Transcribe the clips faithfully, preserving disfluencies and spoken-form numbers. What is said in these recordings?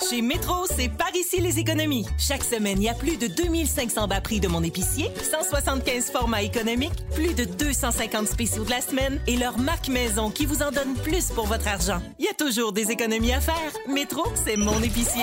Chez Métro, c'est par ici les économies. Chaque semaine, il y a plus de deux mille cinq cents bas prix de mon épicier, cent soixante-quinze formats économiques, plus de deux cent cinquante spéciaux de la semaine et leur marque maison qui vous en donne plus pour votre argent. Il y a toujours des économies à faire. Métro, c'est mon épicier.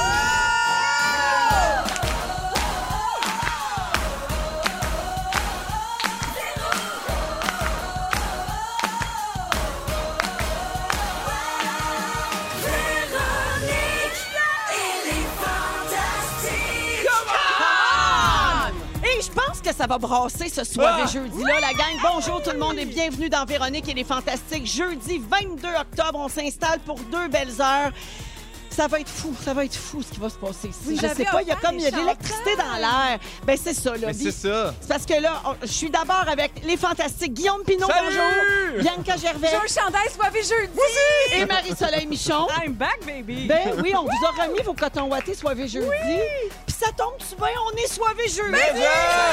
Que ça va brasser ce soir et Ah! jeudi-là, la gang. Bonjour tout le monde et bienvenue dans Véronique et les Fantastiques. Jeudi vingt-deux octobre, on s'installe pour deux belles heures. Ça va être fou, ça va être fou ce qui va se passer ici. Vous Je sais pas, il y a comme il y a de l'électricité dans l'air. Ben c'est ça là. Mais c'est ça. C'est parce que là, on- je suis d'abord avec les Fantastiques. Guillaume Pinot, Salut! bonjour. Bianca Gervais J'ai un chandail soivé jeudi. et Marie-Soleil Michon. I'm back, baby. Ben oui, on vous a remis vos cotons wattés soivés jeudi. Puis ça tombe bien, on est soivés jeudi. Mais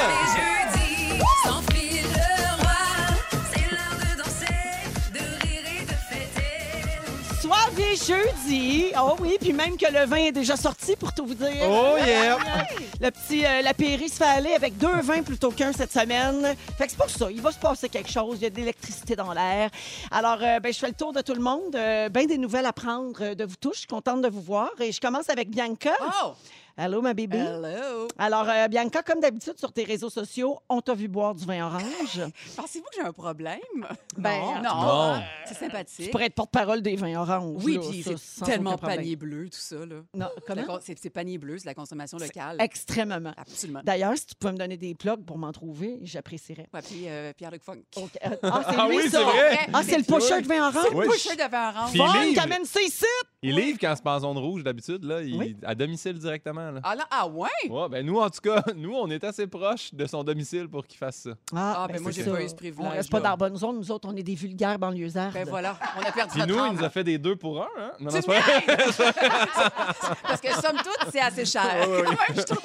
ça! Jeudi, s'enfile le roi. C'est l'heure de danser, de rire et de fêter. Soirée jeudi. Oh oui, puis même que le vin est déjà sorti pour tout vous dire. Oh yeah! Le petit euh, Lapéry se fait aller avec deux vins plutôt qu'un cette semaine. Fait que c'est pour ça, il va se passer quelque chose. Il y a de l'électricité dans l'air. Alors, euh, ben, je fais le tour de tout le monde. Euh, ben des nouvelles à prendre euh, de vous tous. Je suis contente de vous voir. Et je commence avec Bianca. Oh! Allô, ma bébé. Hello. Alors, euh, Bianca, comme d'habitude sur tes réseaux sociaux, on t'a vu boire du vin orange. Pensez-vous que j'ai un problème? Ben, non. non. euh, C'est sympathique. Tu pourrais être porte-parole des vins oranges. Oui, là, puis ça, c'est sans tellement aucun problème. panier bleu, tout ça. Là. Non, La comment? con- C'est c'est panier bleu, c'est la consommation locale. Extrêmement. Absolument. D'ailleurs, si tu pouvais me donner des plugs pour m'en trouver, j'apprécierais. Ouais, puis euh, Pierre-Luc Funk. OK. Euh, Ah, c'est Ah lui, oui, ça? c'est vrai. Ah, c'est le pusher de vin orange? C'est Oui. le pusher de vin orange. Puis il Fun, livre. t'amènes ça ici! Il livre quand c'est pas en zone rouge d'habitude, là, il- Oui. à domicile directement. Là. Ah, là, ah ouais? Ouais, ben nous, en tout cas, nous, on est assez proches de son domicile pour qu'il fasse ça. Ah, ben moi, c'est j'ai ça. pas eu ce privilège, On reste pas là. dans la bonne zone. Nous autres, on est des vulgaires banlieusards. Ben voilà, on a perdu Puis notre nous, il âme. nous a fait des deux pour un, hein? Non, non, Tu c'est pas vrai. Parce que, somme toute, c'est assez cher. Oui, oui. Quand même, je trouve.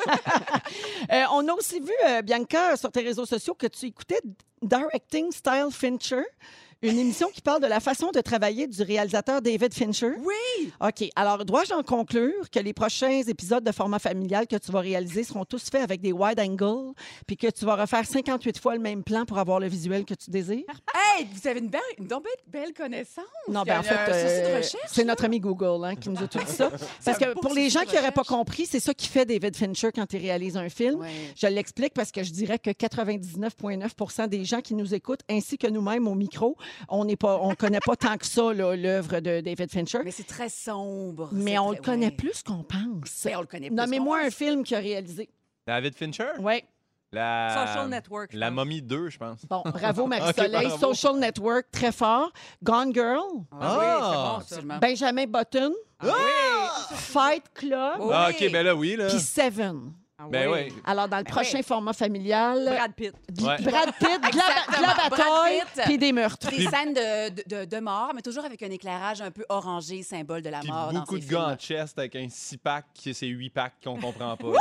Euh, on a aussi vu, euh, Bianca, sur tes réseaux sociaux, que tu écoutais Directing Style Fincher, une émission qui parle de la façon de travailler du réalisateur David Fincher. Oui! OK. Alors, dois-je en conclure que les prochains épisodes de format familial que tu vas réaliser seront tous faits avec des wide angles, puis que tu vas refaire cinquante-huit fois le même plan pour avoir le visuel que tu désires? Hey, vous avez une belle, une donc belle, belle connaissance. Non, Il y a ben en fait, un souci de euh, recherche, c'est là. notre ami Google hein, qui nous a tout dit ça. Parce un que beau pour les souci gens de qui n'auraient pas recherche. compris, c'est ça qui fait David Fincher quand il réalise un film. Ouais. Je l'explique parce que je dirais que quatre-vingt-dix-neuf virgule neuf pour cent des gens qui nous écoutent, ainsi que nous-mêmes au micro, on n'est pas, on connaît pas tant que ça là, l'œuvre de David Fincher. Mais c'est très sombre. Mais c'est on très- le connaît ouais. plus qu'on pense. Ben, on le connaît plus Nommez-moi qu'on un film qu'il a réalisé. David Fincher? Oui. La... Social Network, je La pense. momie deux, je pense. Bon, bravo Marie-Soleil. bravo. Social Network, très fort. Gone Girl. Ah, Ah, oui, c'est bon, ça. Absolument. Benjamin Button. Ah, Fight Club. Oh. Ah, oui. OK, ben là, oui, là. Puis Seven. Ah Ben oui. oui. Alors, dans le Ben prochain oui. format familial, Brad Pitt. d- Ouais. Brad Pitt, de la, de la Exactement. Brad bataille, Pitt. puis des meurtres. Des scènes de, de, de, de mort, mais toujours avec un éclairage un peu orangé, symbole de la Puis mort. beaucoup dans de ces gars films. en chest avec un six pack qui c'est huit packs qu'on comprend pas.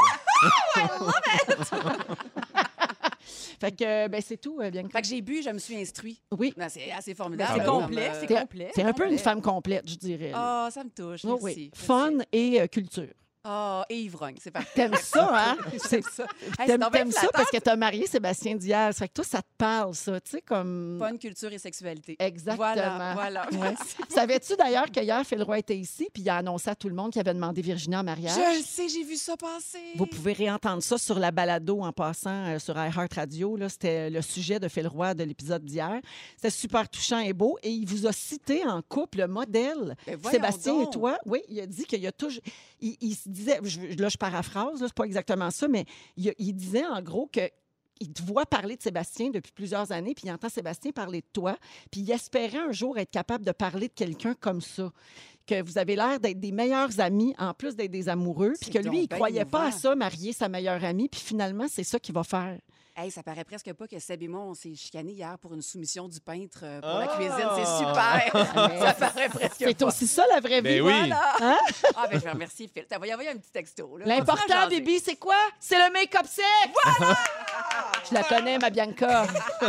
Fait que, euh, ben, c'est tout, euh, bien que. Fait que j'ai bu, je me suis instruit. Oui. Ben, c'est assez formidable. Ben, c'est Comme, complet, euh, c'est comme, complet. C'est un peu une complet. femme complète, je dirais. là. Ah, ça me touche. Oh, Merci. oui. Merci. Fun et euh, culture. Ah, et ivrogne, c'est parfait. T'aimes ça, hein? C'est- ça. Hey, c'est T'aimes donc bien t'aimes ça flatteur. parce que t'as marié Sébastien Diaz. Fait que toi, ça te parle, ça. Tu sais, comme. Fun, culture et sexualité. Exactement. Voilà, voilà. Ouais. Savais-tu d'ailleurs qu'hier, Phil Roy était ici, puis il a annoncé à tout le monde qu'il avait demandé Virginie en mariage? Je le sais, j'ai vu ça passer. Vous pouvez réentendre ça sur la balado en passant euh, sur iHeartRadio. Là, c'était le sujet de Phil Roy de l'épisode d'hier. C'était super touchant et beau. Et il vous a cité en couple modèle. Ben voyons Sébastien donc. et toi. Oui, il a dit qu'il y a toujours. Il, il se disait. Je- là, je paraphrase, là, c'est pas exactement ça, mais il, a- il disait en gros que. Il te voit parler de Sébastien depuis plusieurs années, puis il entend Sébastien parler de toi, puis il espérait un jour être capable de parler de quelqu'un comme ça. Que vous avez l'air d'être des meilleurs amis, en plus d'être des amoureux, puis C'est que lui, donc il bien croyait pas à émouvant. ça, marier sa meilleure amie, puis finalement, c'est ça qu'il va faire. Hey, ça paraît presque pas que Seb et moi, on s'est chicanés hier pour une soumission du peintre euh, pour la Ah! cuisine. C'est super. Ça paraît presque C'est pas. aussi ça, la vraie vie. Ben oui. Voilà. Hein? Ah, ben, je vais remercier Phil. Ça va y envoyer un petit texto. là. On L'important, va jaser. Bibi, c'est quoi? C'est le make-up sec! Voilà! Je la connais, ma Bianca.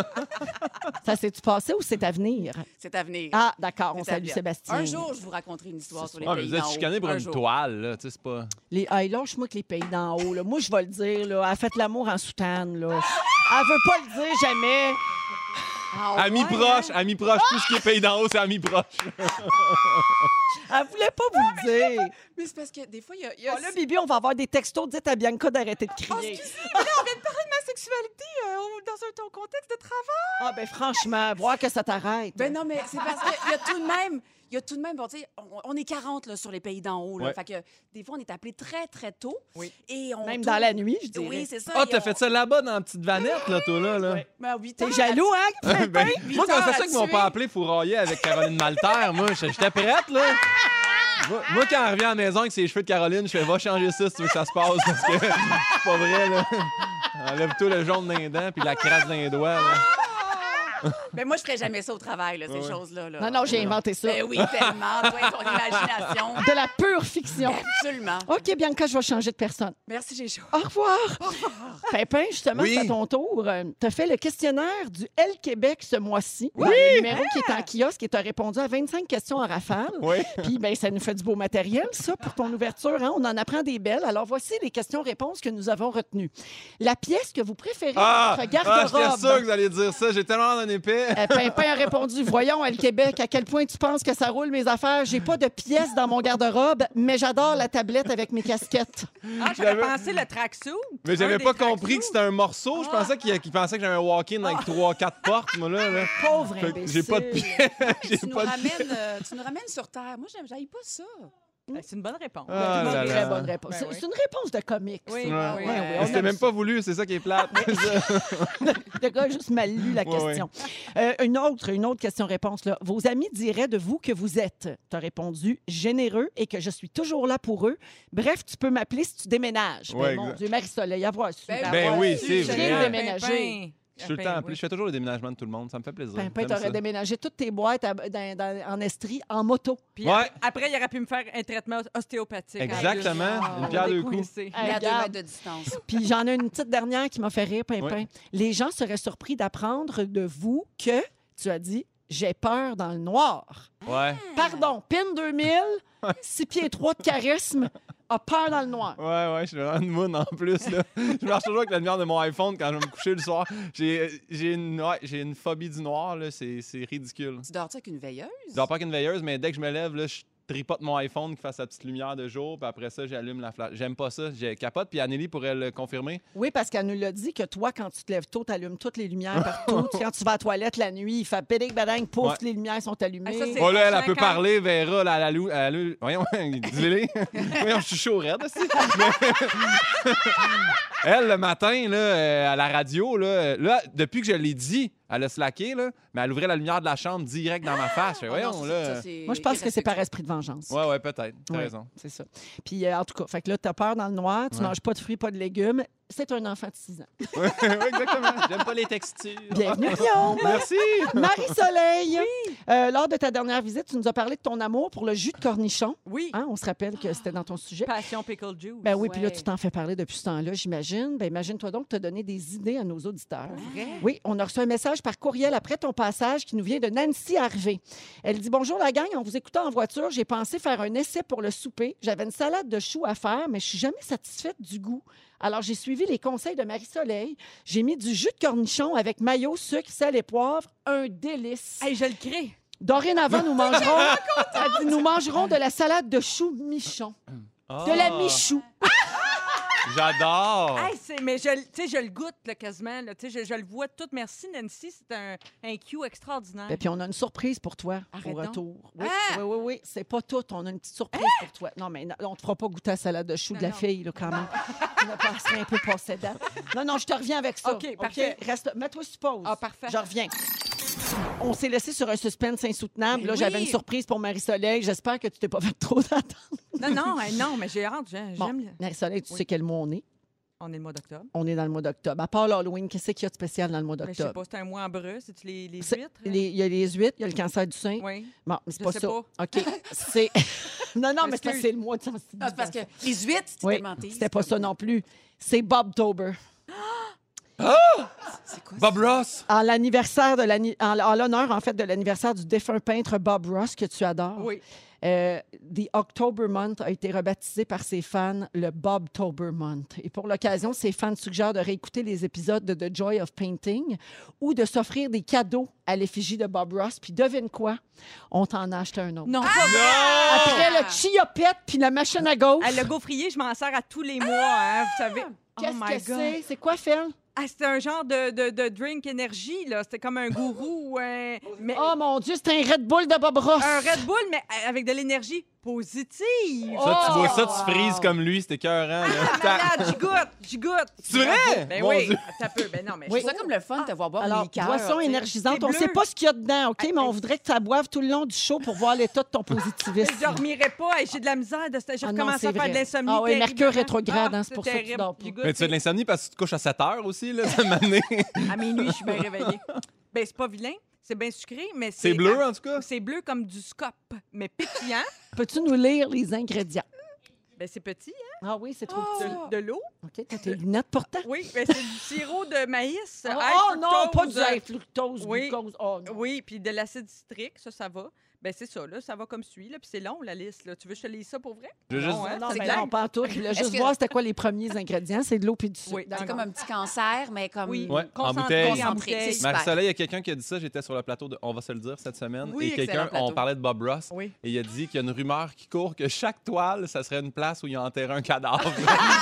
Ça s'est-tu passé ou c'est à venir? C'est à venir. Ah, d'accord, on C'est à salue venir. Sébastien. Un jour, je vous raconterai une histoire sur les Ah, mais pays vous êtes d'en haut. chicané pour Un une jour. toile, là. Tu sais, c'est pas. Les, hey, lâche-moi que les pays d'en haut, là. Moi, je vais le dire, là. Elle a fait l'amour en soutane, là. Elle veut pas le dire jamais. Ah, Amis ouais, proches, hein? amis proches. Tout ce qui est pays d'en haut, c'est amis proches. Elle voulait pas vous le dire. Mais c'est parce que des fois, il y a. il y a- Bon, là, Bibi, on va avoir des textos. Dites à Bianca d'arrêter de crier. ma sexualité euh, dans un ton contexte de travail. Ah, ben franchement, voir que ça t'arrête. Ben non, mais c'est parce qu'il y a tout de même. Il y a tout de même, bon, tu sais, on, on est quarante là, sur les pays d'en haut. Là, Ouais. Fait que des fois, on est appelé très, très tôt. Oui. Et on Même tourne- dans la nuit, je dirais. Oui, c'est ça. Ah, et t'as on- fait ça là-bas dans la petite vanette, là, toi, là. là. Ben, huit T'es heures jaloux, hein? Ben, huit moi, c'est heures ça à qu'ils m'ont tuer. pas appelé fourrailler avec Caroline Malter. Moi, j'étais prête, là. Moi, moi, quand elle revient à la maison avec ses cheveux de Caroline, je fais va changer ça si tu veux que ça se passe. Parce que c'est pas vrai, là. Enlève-toi le jaune d'un dent puis la crasse d'un doigt, là. Ben moi, je ferais jamais ça au travail, là, ces Ouais. choses-là. Là. Non, non, j'ai inventé ça. Ben oui, tellement. Toi et ton imagination. De la pure fiction. Absolument. OK, Bianca, je vais changer de personne. Merci, j'ai chaud. Au revoir. Pimpin, justement, Oui. c'est à ton tour. Tu as fait le questionnaire du L Québec ce mois-ci. Oui. Le numéro qui est en kiosque et tu as répondu à vingt-cinq questions en rafale. Oui. Puis, ben, ça nous fait du beau matériel, ça, pour ton ouverture. Hein? On en apprend des belles. Alors, voici les questions-réponses que nous avons retenues. La pièce que vous préférez Ah, dans votre ah garde-robe. j'étais sûr que vous alliez dire ça. J'ai tellement d'un épais. Euh, Pimpin a répondu, voyons, L Québec, à quel point tu penses que ça roule mes affaires? J'ai pas de pièces dans mon garde-robe, mais j'adore la tablette avec mes casquettes. Ah, j'avais J'avais- pensé le tracksuit. Mais j'avais Un pas des compris tracksuits. que c'était un morceau. Je pensais qu'il qu'il pensait que j'avais un walk-in avec trois, quatre portes, moi, là. là. Pauvre Fait que imbécile. J'ai pas de pièces. J'ai Tu nous, pas de ramènes, euh, tu nous ramènes sur Terre. Moi, j'aime, j'aille pas ça. Ben, c'est une bonne réponse. Ah C'est là une là. très bonne réponse. Ben C'est oui. c'est une réponse de comique. Oui, Ouais. oui, Ouais, oui. oui, Mais on C'était aime même ça. pas voulu, c'est ça qui est plate. Le gars a juste mal lu la Ouais, question. Euh, une autre, une autre question-réponse. Là. Vos amis diraient de vous que vous êtes. Tu as répondu généreux et que je suis toujours là pour eux. Bref, tu peux m'appeler si tu déménages. Ouais, Ben, mon exact. Dieu, Marie-Soleil, avoir su. Ben Ben oui, Tu c'est sais, J'ai vrai. déménagé. Je suis tout le temps appelé. Je fais toujours le déménagement de tout le monde. Ça me fait plaisir. Pimpin, J'aime t'aurais ça. déménagé toutes tes boîtes à- dans- dans- en Estrie en moto. Puis Ouais. ap- après, il aurait pu me faire un traitement ostéopathique. Exactement. Ah, Une pierre deux décoincé. coups. Il y a deux Regarde. mètres de distance. Puis j'en ai une petite dernière qui m'a fait rire, Pimpin. Ouais. Les gens seraient surpris d'apprendre de vous que, tu as dit, j'ai peur dans le noir. Ouais. Pardon, Pin deux mille, six pieds trois de charisme, a peur dans le noir. Ouais, ouais, je suis vraiment une moune en plus. Là. Je marche toujours avec la lumière de mon iPhone quand je vais me coucher le soir. J'ai j'ai une, ouais, j'ai une phobie du noir, là. C'est c'est ridicule. Tu dors-tu avec une veilleuse? Je dors pas qu'une veilleuse, mais dès que je me lève, là, je tripote mon iPhone qui fasse sa petite lumière de jour, puis après ça, j'allume la flash. J'aime pas ça, j'ai capote, puis Anneli pourrait le confirmer. Oui, parce qu'elle nous l'a dit que toi, quand tu te lèves tôt, tu allumes toutes les lumières partout. Quand tu vas à la toilette la nuit, il fait péding badang, pouf, Ouais. toutes les lumières sont allumées. Ah, ça, c'est- Oh là, elle, elle prochain peut quand- parler, Vera, là, à la lou... à la lou- Voyons, dis-le. Voyons, je suis chaud raide aussi. Mais- Elle, le matin, là, euh, à la radio, là, euh, là, depuis que je l'ai dit, elle a slacké, là, mais elle ouvrait la lumière de la chambre direct dans ma face. Je fais, Ah voyons, non, là. ça, c'est Moi, je pense que c'est par irrespectueux. esprit de vengeance. Ouais, ouais, peut-être. T'as Ouais, raison. c'est ça. Puis, euh, en tout cas, fait que là, tu as peur dans le noir, tu Ouais. manges pas de fruits, pas de légumes. C'est un enfant de six ans. Ouais, exactement. J'aime pas les textures. Bienvenue, Guillaume. Merci. Marie-Soleil, euh, lors de ta dernière visite, tu nous as parlé de ton amour pour le jus de cornichon. Oui. Hein, on se rappelle que c'était dans ton sujet. Passion pickle juice. Ben oui, puis là, Ouais. tu t'en fais parler depuis ce temps-là, j'imagine. Ben imagine-toi donc te donner des idées à nos auditeurs. Vrai? Oui, on a reçu un message par courriel après ton passage qui nous vient de Nancy Harvey. Elle dit « Bonjour la gang, en vous écoutant en voiture, j'ai pensé faire un essai pour le souper. J'avais une salade de choux à faire, mais je suis jamais satisfaite du goût. Alors, j'ai suivi les conseils de Marie-Soleil. J'ai mis du jus de cornichon avec maillot, sucre, sel et poivre. Un délice. Hey, je le crée. Dorénavant, nous mangerons, elle dit, nous mangerons de la salade de choux michon. De la Ah, michou. J'adore. Hey, c'est- mais je, le- tu sais, je le goûte là, quasiment. Là, tu sais, je, je le vois tout. Merci, Nancy. C'est un, un cue extraordinaire. Et puis, on a une surprise pour toi Arrête au donc. retour. Oui, Ah! oui, oui, oui. C'est pas tout. On a une petite surprise pour toi. Non, mais non, on te fera pas goûter à la salade de choux de Non, la non. fille, là, quand même. On a passé un peu passé date. Non, non, je te reviens avec ça. OK, parfait. Reste, mets-toi sur pause. Ah, parfait. Je reviens. On s'est laissé sur un suspense insoutenable. Mais Là, oui. j'avais une surprise pour Marie-Soleil. J'espère que tu t'es pas fait trop d'attendre. Non, non, hey, non, mais j'ai hâte. J'aime. Bon, j'aime le- Marie-Soleil, tu Oui. sais quel mot on est? On est le mois d'octobre. On est dans le mois d'octobre. À part l'Halloween, qu'est-ce qu'il y a de spécial dans le mois Ben, je sais d'octobre? pas, c'est un mois en breu. C'est-tu les, les C'est- huîtres? les- Il y a les huîtres, il y a le cancer du sein. Oui. Bon, mais c'est Je pas sais ça. pas. OK. C'est... non, non, mais c'est parce que Excuse. c'est le mois de Ah, sensibilisation. c'est parce que les huîtres, c'est Oui, tellement tease, c'était pas comme- ça non plus. C'est Bobtober. C'est quoi Bob Ross! En l'anniversaire de l'anni- en, en l'honneur, en fait, de l'anniversaire du défunt peintre Bob Ross, que tu adores. Oui. Euh, The October Month a été rebaptisé par ses fans le Bobtober Month. Et pour l'occasion, ses fans suggèrent de réécouter les épisodes de The Joy of Painting ou de s'offrir des cadeaux à l'effigie de Bob Ross. Puis devine quoi? On t'en a acheté un autre. Non, pas vrai. Après le chiopette puis la machine à gauche, Ah, le gaufrier, je m'en sers à tous les mois, hein, vous savez. qu'est-ce oh my que God. c'est? C'est quoi, Phil? Ah, c'était un genre de, de, de drink énergie, là. C'était comme un gourou, un, mais, Oh mon Dieu, c'est un Red Bull de Bob Ross. un Red Bull, mais avec de l'énergie positive. Oh! Ça, tu bois ça, tu wow. frises comme lui, c'était écœurant. là. Malade, j'y goûte, j'y goûte. C'est vrai? Ben Mon oui, Dieu. attends un peu. Ben non, mais Oui. C'est ça comme le fun de te voir boire Alors, une liqueur. boisson tu sais. énergisante. C'est On ne bleu. sait pas ce qu'il y a dedans, OK? Ah, Mais on hey. voudrait que tu la boives tout le long du show pour voir l'état de ton positivisme. Je dormirais pas. Hey, j'ai de la misère. De... J'ai Ah non, recommencé c'est à faire vrai. de l'insomnie. Ah oui, Mercure terriblement. rétrograde, hein, c'est Ah, pour ça que tu terrible. dors pas. J'y goûte, Mais tu as de l'insomnie parce que tu te couches à sept heures aussi, là, cette année. À minuit, je suis bien réveillée. Ben, c'est pas vilain. C'est bien sucré, mais c'est... C'est bleu, en tout cas. C'est bleu comme du scop, mais pétillant. Peux-tu nous lire les ingrédients? Ben, c'est petit, hein? Ah oui, c'est trop De, petit. de l'eau. OK, t'as tes lunettes pourtant. Oui, ben, c'est du sirop de maïs. Oh, high oh non, pas fructose. du high fructose, Oui. glucose. Oh, non. Oui, puis de l'acide citrique, ça, ça va. Ben, c'est ça, là. Ça va comme suit, là. Puis c'est long, la liste, là. Tu veux que je te lise ça pour vrai? Je veux juste- hein? Non, C'est mais clair. non, pas en tout. Je voulais Est-ce juste que- voir c'était quoi les premiers ingrédients. C'est de l'eau puis du sucre. Oui, C'est D'accord. comme un petit cancer, mais comme... Oui. Ouais, en Concentré, bouteille. en Concentré, bouteille. c'est super. Marie-Soleil, il y a quelqu'un qui a dit ça. J'étais sur le plateau de On va se le dire cette semaine. Oui, et quelqu'un, excellent plateau. on parlait de Bob Ross. Oui. Et il a dit qu'il y a une rumeur qui court que chaque toile, ça serait une place où il a enterré un cadavre.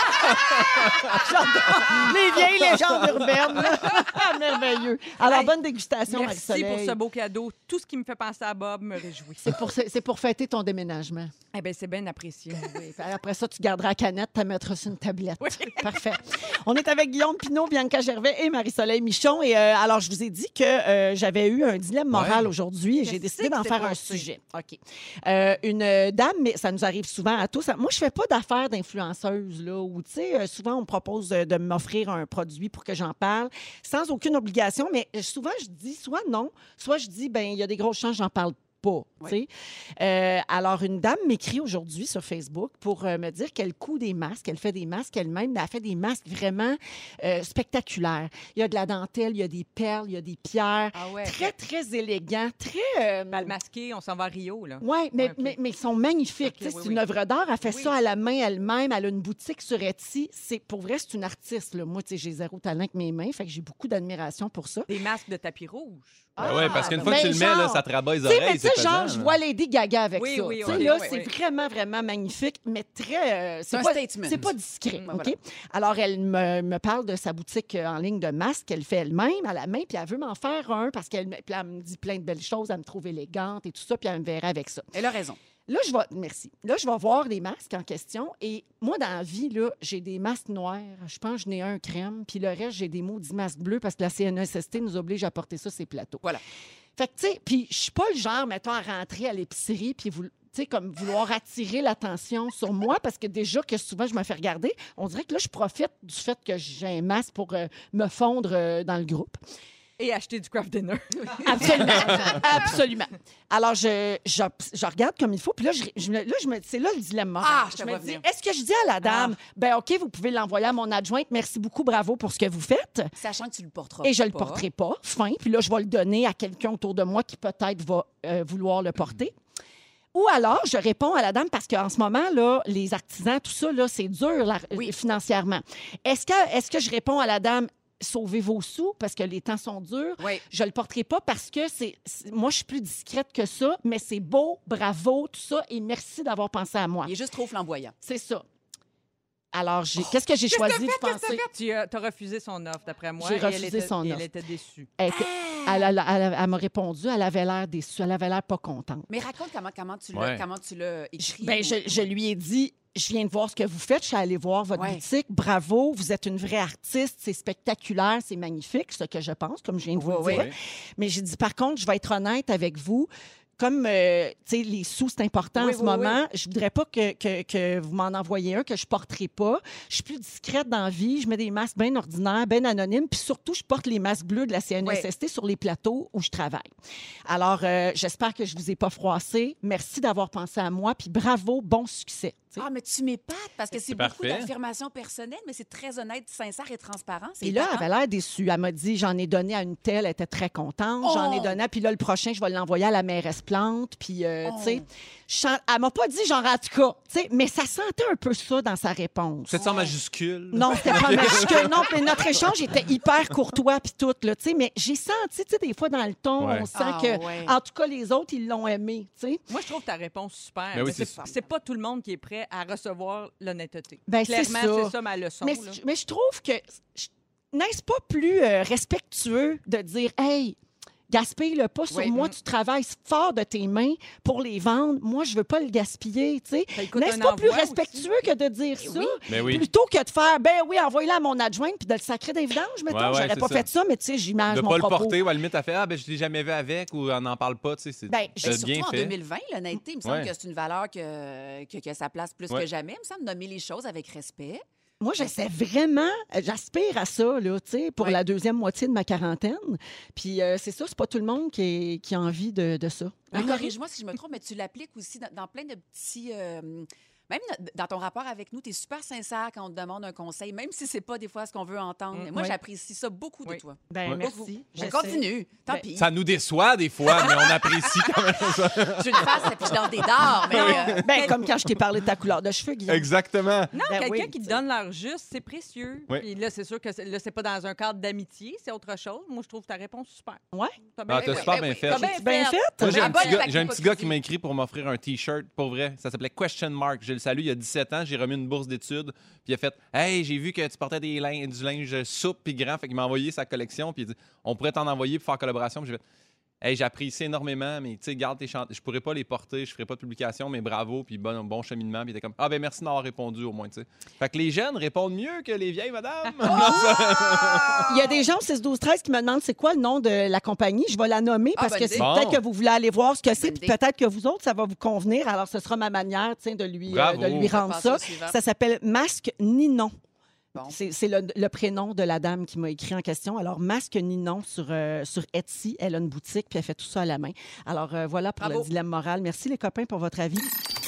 Les vieilles légendes urbaines. là. Merveilleux. Alors, Hey, bonne dégustation, Merci Marie-Soleil. pour ce beau cadeau. Tout ce qui me fait penser à Bob me réjouit. C'est pour, c'est pour fêter ton déménagement. Eh bien, c'est bien apprécié. Oui, puis après ça, tu garderas la canette, tu la mettras sur une tablette. Parfait. On est avec Guillaume Pinault, Bianca Gervais et Marie-Soleil Michon. Et euh, alors, je vous ai dit que euh, j'avais eu un dilemme moral Ouais. aujourd'hui et j'ai Qu'est-ce décidé que d'en c'est faire un passé? sujet. OK. Euh, une euh, dame, mais ça nous arrive souvent à tous. Moi, je fais pas d'affaires d'influenceuse, là, où, tu sais, euh, souvent, on me propose euh, de m'offrir un produit pour que j'en parle sans aucune obligation, mais euh, souvent, je dis soit non, soit je dis, ben il y a des grosses chances, j'en parle pas. tu sais. Euh, alors, une dame m'écrit aujourd'hui sur Facebook pour euh, me dire qu'elle coud des masques. Elle fait des masques elle-même, mais elle fait des masques vraiment euh, spectaculaires. Il y a de la dentelle, il y a des perles, il y a des pierres. Ah ouais. Très, très élégants, très... euh, Mal masqué, on s'en va à Rio, là. oui, mais, Ouais, ok. mais, mais ils sont magnifiques. Ok, Tu sais, oui, c'est oui. une œuvre d'art. Elle fait Oui. ça à la main elle-même. Elle a une boutique sur Etsy. C'est, pour vrai, c'est une artiste. Là. Moi, tu sais, j'ai zéro talent avec mes mains. Fait que j'ai beaucoup d'admiration pour ça. Des masques de tapis rouge. Ben ouais, parce qu'une fois ben que tu le mets, là, genre, ça te rabat les Tu sais, mais oreilles. tu sais, c'est genre, pesant, je là. vois Lady Gaga avec Oui, ça. oui, Tu sais, oui, là, oui, c'est oui. vraiment, vraiment magnifique, mais très... euh, C'est un pas, statement. C'est pas discret, Mm, OK? voilà. Alors, elle me, me parle de sa boutique euh, en ligne de masques qu'elle fait elle-même à la main, puis elle veut m'en faire un parce qu'elle me- puis elle me dit plein de belles choses, elle me trouve élégante et tout ça, puis elle me verrait avec ça. Elle a raison. Là, je vais... Merci. Là, je vais voir les masques en question. Et moi, dans la vie, là, j'ai des masques noirs. Je pense que je n'ai un crème. Puis le reste, j'ai des maudits masques bleus parce que la C N E S S T nous oblige à porter ça, ces plateaux. Voilà. Fait que, tu sais, puis je suis pas le genre, mettons, à rentrer à l'épicerie puis vous... Tu sais, comme vouloir attirer l'attention sur moi parce que déjà que souvent je me fais regarder, on dirait que là, je profite du fait que j'ai un masque pour euh, me fondre euh, dans le groupe. Et acheter du craft dinner. Absolument. Absolument. Alors, je, je, je regarde comme il faut. Puis là, je, je me- là, je me, c'est là le dilemme moral. Ah, je te me vois dis, venir. est-ce que je dis à la dame, ben OK, vous pouvez l'envoyer à mon adjointe. Merci beaucoup, bravo pour ce que vous faites. Sachant que tu le porteras Et je le pas. porterai pas. Fin. Puis là, je vais le donner à quelqu'un autour de moi qui peut-être va euh, vouloir le porter. Ou alors, je réponds à la dame parce qu'en ce moment, là, les artisans, tout ça, là, c'est dur là, Oui. financièrement. Est-ce que, est-ce que je réponds à la dame, sauvez vos sous parce que les temps sont durs? Oui. Je le porterai pas parce que c'est, c'est- moi, je suis plus discrète que ça, mais c'est beau, bravo, tout ça, et merci d'avoir pensé à moi. Il est juste trop flamboyant. C'est ça. Alors, j'ai, qu'est-ce que j'ai choisi de penser? Tu as, t'as refusé son offre, d'après moi. J'ai et elle refusé était- son et offre. Elle était déçue. Elle, était- elle, elle- elle- elle m'a répondu, elle avait l'air déçue, elle avait l'air pas contente. Mais raconte comment, comment tu l'as Ouais. comment tu l'as écrit. Ben, ou- je, je lui ai dit, je viens de voir ce que vous faites, je suis allée voir votre Ouais. boutique, bravo, vous êtes une vraie artiste, c'est spectaculaire, c'est magnifique, ce que je pense, comme je viens de vous Ouais, le dire. Ouais. Mais j'ai dit, par contre, je vais être honnête avec vous, comme euh, tu sais, les sous, c'est important Oui, en ce oui, moment, je voudrais pas que, que, que vous m'en envoyiez un que je porterai pas. Je suis plus discrète dans la vie. Je mets des masques bien ordinaires, bien anonymes. Puis surtout, je porte les masques bleus de la C N E S S T sur les plateaux où je travaille. Alors, euh, j'espère que je vous ai pas froissé. Merci d'avoir pensé à moi. Puis bravo, bon succès. Tu sais. Ah, mais tu m'épates parce que c'est, C'est beaucoup parfait. d'affirmations personnelles, mais c'est très honnête, sincère et transparent. C'est Et là, elle épatant. avait l'air déçue. Elle m'a dit, j'en ai donné à une telle, elle était très contente. Oh! J'en ai donné, puis là, le prochain, je vais l'envoyer à la mairesse Plante. Puis, euh, Oh! tu sais, chan- elle m'a pas dit, genre, en tout cas, tu sais, mais ça sentait un peu ça dans sa réponse. C'est ça en majuscule. Non, c'était pas majuscule. Non, mais notre échange était hyper courtois puis tout, là, tu sais, mais j'ai senti, tu sais, des fois dans le ton, Ouais. on sent Ah, que, ouais. en tout cas, les autres, ils l'ont aimé, tu sais. Moi, je trouve ta réponse super. Mais oui, Mais c'est c'est, ça. c'est pas tout le monde qui est prêt à recevoir l'honnêteté. Ben, c'est Clairement, ça. c'est ça ma leçon. Mais, là. mais je trouve que, je- n'est-ce pas plus euh, respectueux de dire, hey, gaspille-le pas sur Oui. moi, Mm. tu travailles fort de tes mains pour les vendre. Moi, je veux pas le gaspiller, tu sais. Ça coûte N'est-ce un pas plus envoi respectueux que de dire ça? oui. Mais oui. Plutôt que de faire, ben oui, envoie-le à mon adjoint puis de le sacrer des vidanges, mettons. Ouais, ouais, J'aurais c'est pas ça. fait ça, mais tu sais, j'imagine De mon pas le propos. porter ou à la limite, à faire, ah, ben, je l'ai jamais vu avec ou on n'en parle pas, tu sais. C'est Ben, c'est Ben, bien surtout en fait. deux mille vingt, l'honnêteté, il me semble Ouais. que c'est une valeur que, que, que ça place plus Ouais. que jamais. Il me semble nommer les choses avec respect. Moi, j'essaie vraiment, euh, j'aspire à ça, là, tu sais, pour Oui. la deuxième moitié de ma quarantaine. Puis euh, c'est ça, c'est pas tout le monde qui, est- qui a envie de, de ça. Mais corrige-moi si je me trompe, mais tu l'appliques aussi dans, dans plein de petits... euh, même no- dans ton rapport avec nous, tu es super sincère quand on te demande un conseil, même si c'est pas des fois ce qu'on veut entendre. Mm, Moi, oui. j'apprécie ça beaucoup de Oui. toi. Ben, Ouais. merci. Je J'essaie. continue. Tant Ben, pis. Ça nous déçoit des fois, mais on apprécie quand même ça. Je le fasse et puis je donne des dards, mais... euh, Ben, comme quand je t'ai parlé de ta couleur de cheveux, Guillaume. Exactement. Non, Ben quelqu'un oui, qui tu te sais. donne leur juste, c'est précieux. Oui. Puis là, c'est sûr que c'est, là, c'est pas dans un cadre d'amitié, c'est autre chose. Moi, je trouve ta réponse super. Ouais. T'as Ah, t'as oui, super oui, bien oui. fait. T'as bien J'ai bien fait. Moi, j'ai Ah, un, bonne petit gars, plaque j'ai un petit gars qui d'hypocrisie. m'a écrit pour m'offrir un T-shirt, pour vrai. Ça s'appelait Question Mark. Je le salue, il y a dix-sept ans. J'ai remis une bourse d'études. Puis il a fait « Hey, j'ai vu que tu portais des lin- du linge souple puis grand. » Fait qu'il m'a envoyé sa collection. Puis il a dit « On pourrait t'en envoyer pour faire collaboration. » Puis j'ai fait « Hey, j'apprécie énormément, mais tu sais, garde tes chantiers. Je pourrais pas les porter, je ferai pas de publication, mais bravo. Puis bon, bon cheminement. » Puis il était comme « Ah, ben merci d'avoir répondu au moins, tu sais. » Fait que les jeunes répondent mieux que les vieilles, madame. Il y a des gens au six douze treize qui me demandent c'est quoi le nom de la compagnie. Je vais la nommer Ah, parce bonne que idée. c'est Bon. peut-être que vous voulez aller voir ce que c'est, Bonne puis idée. peut-être que vous autres, ça va vous convenir. Alors, ce sera ma manière tiens, de, lui, euh, Bravo. de lui On va rendre passer ça. au suivant. Ça s'appelle Masque Ninon. Bon. C'est c'est le, le prénom de la dame qui m'a écrit en question. Alors, Masque Ninon sur, euh, sur Etsy. Elle a une boutique, puis elle fait tout ça à la main. Alors, euh, voilà pour Bravo. le dilemme moral. Merci, les copains, pour votre avis.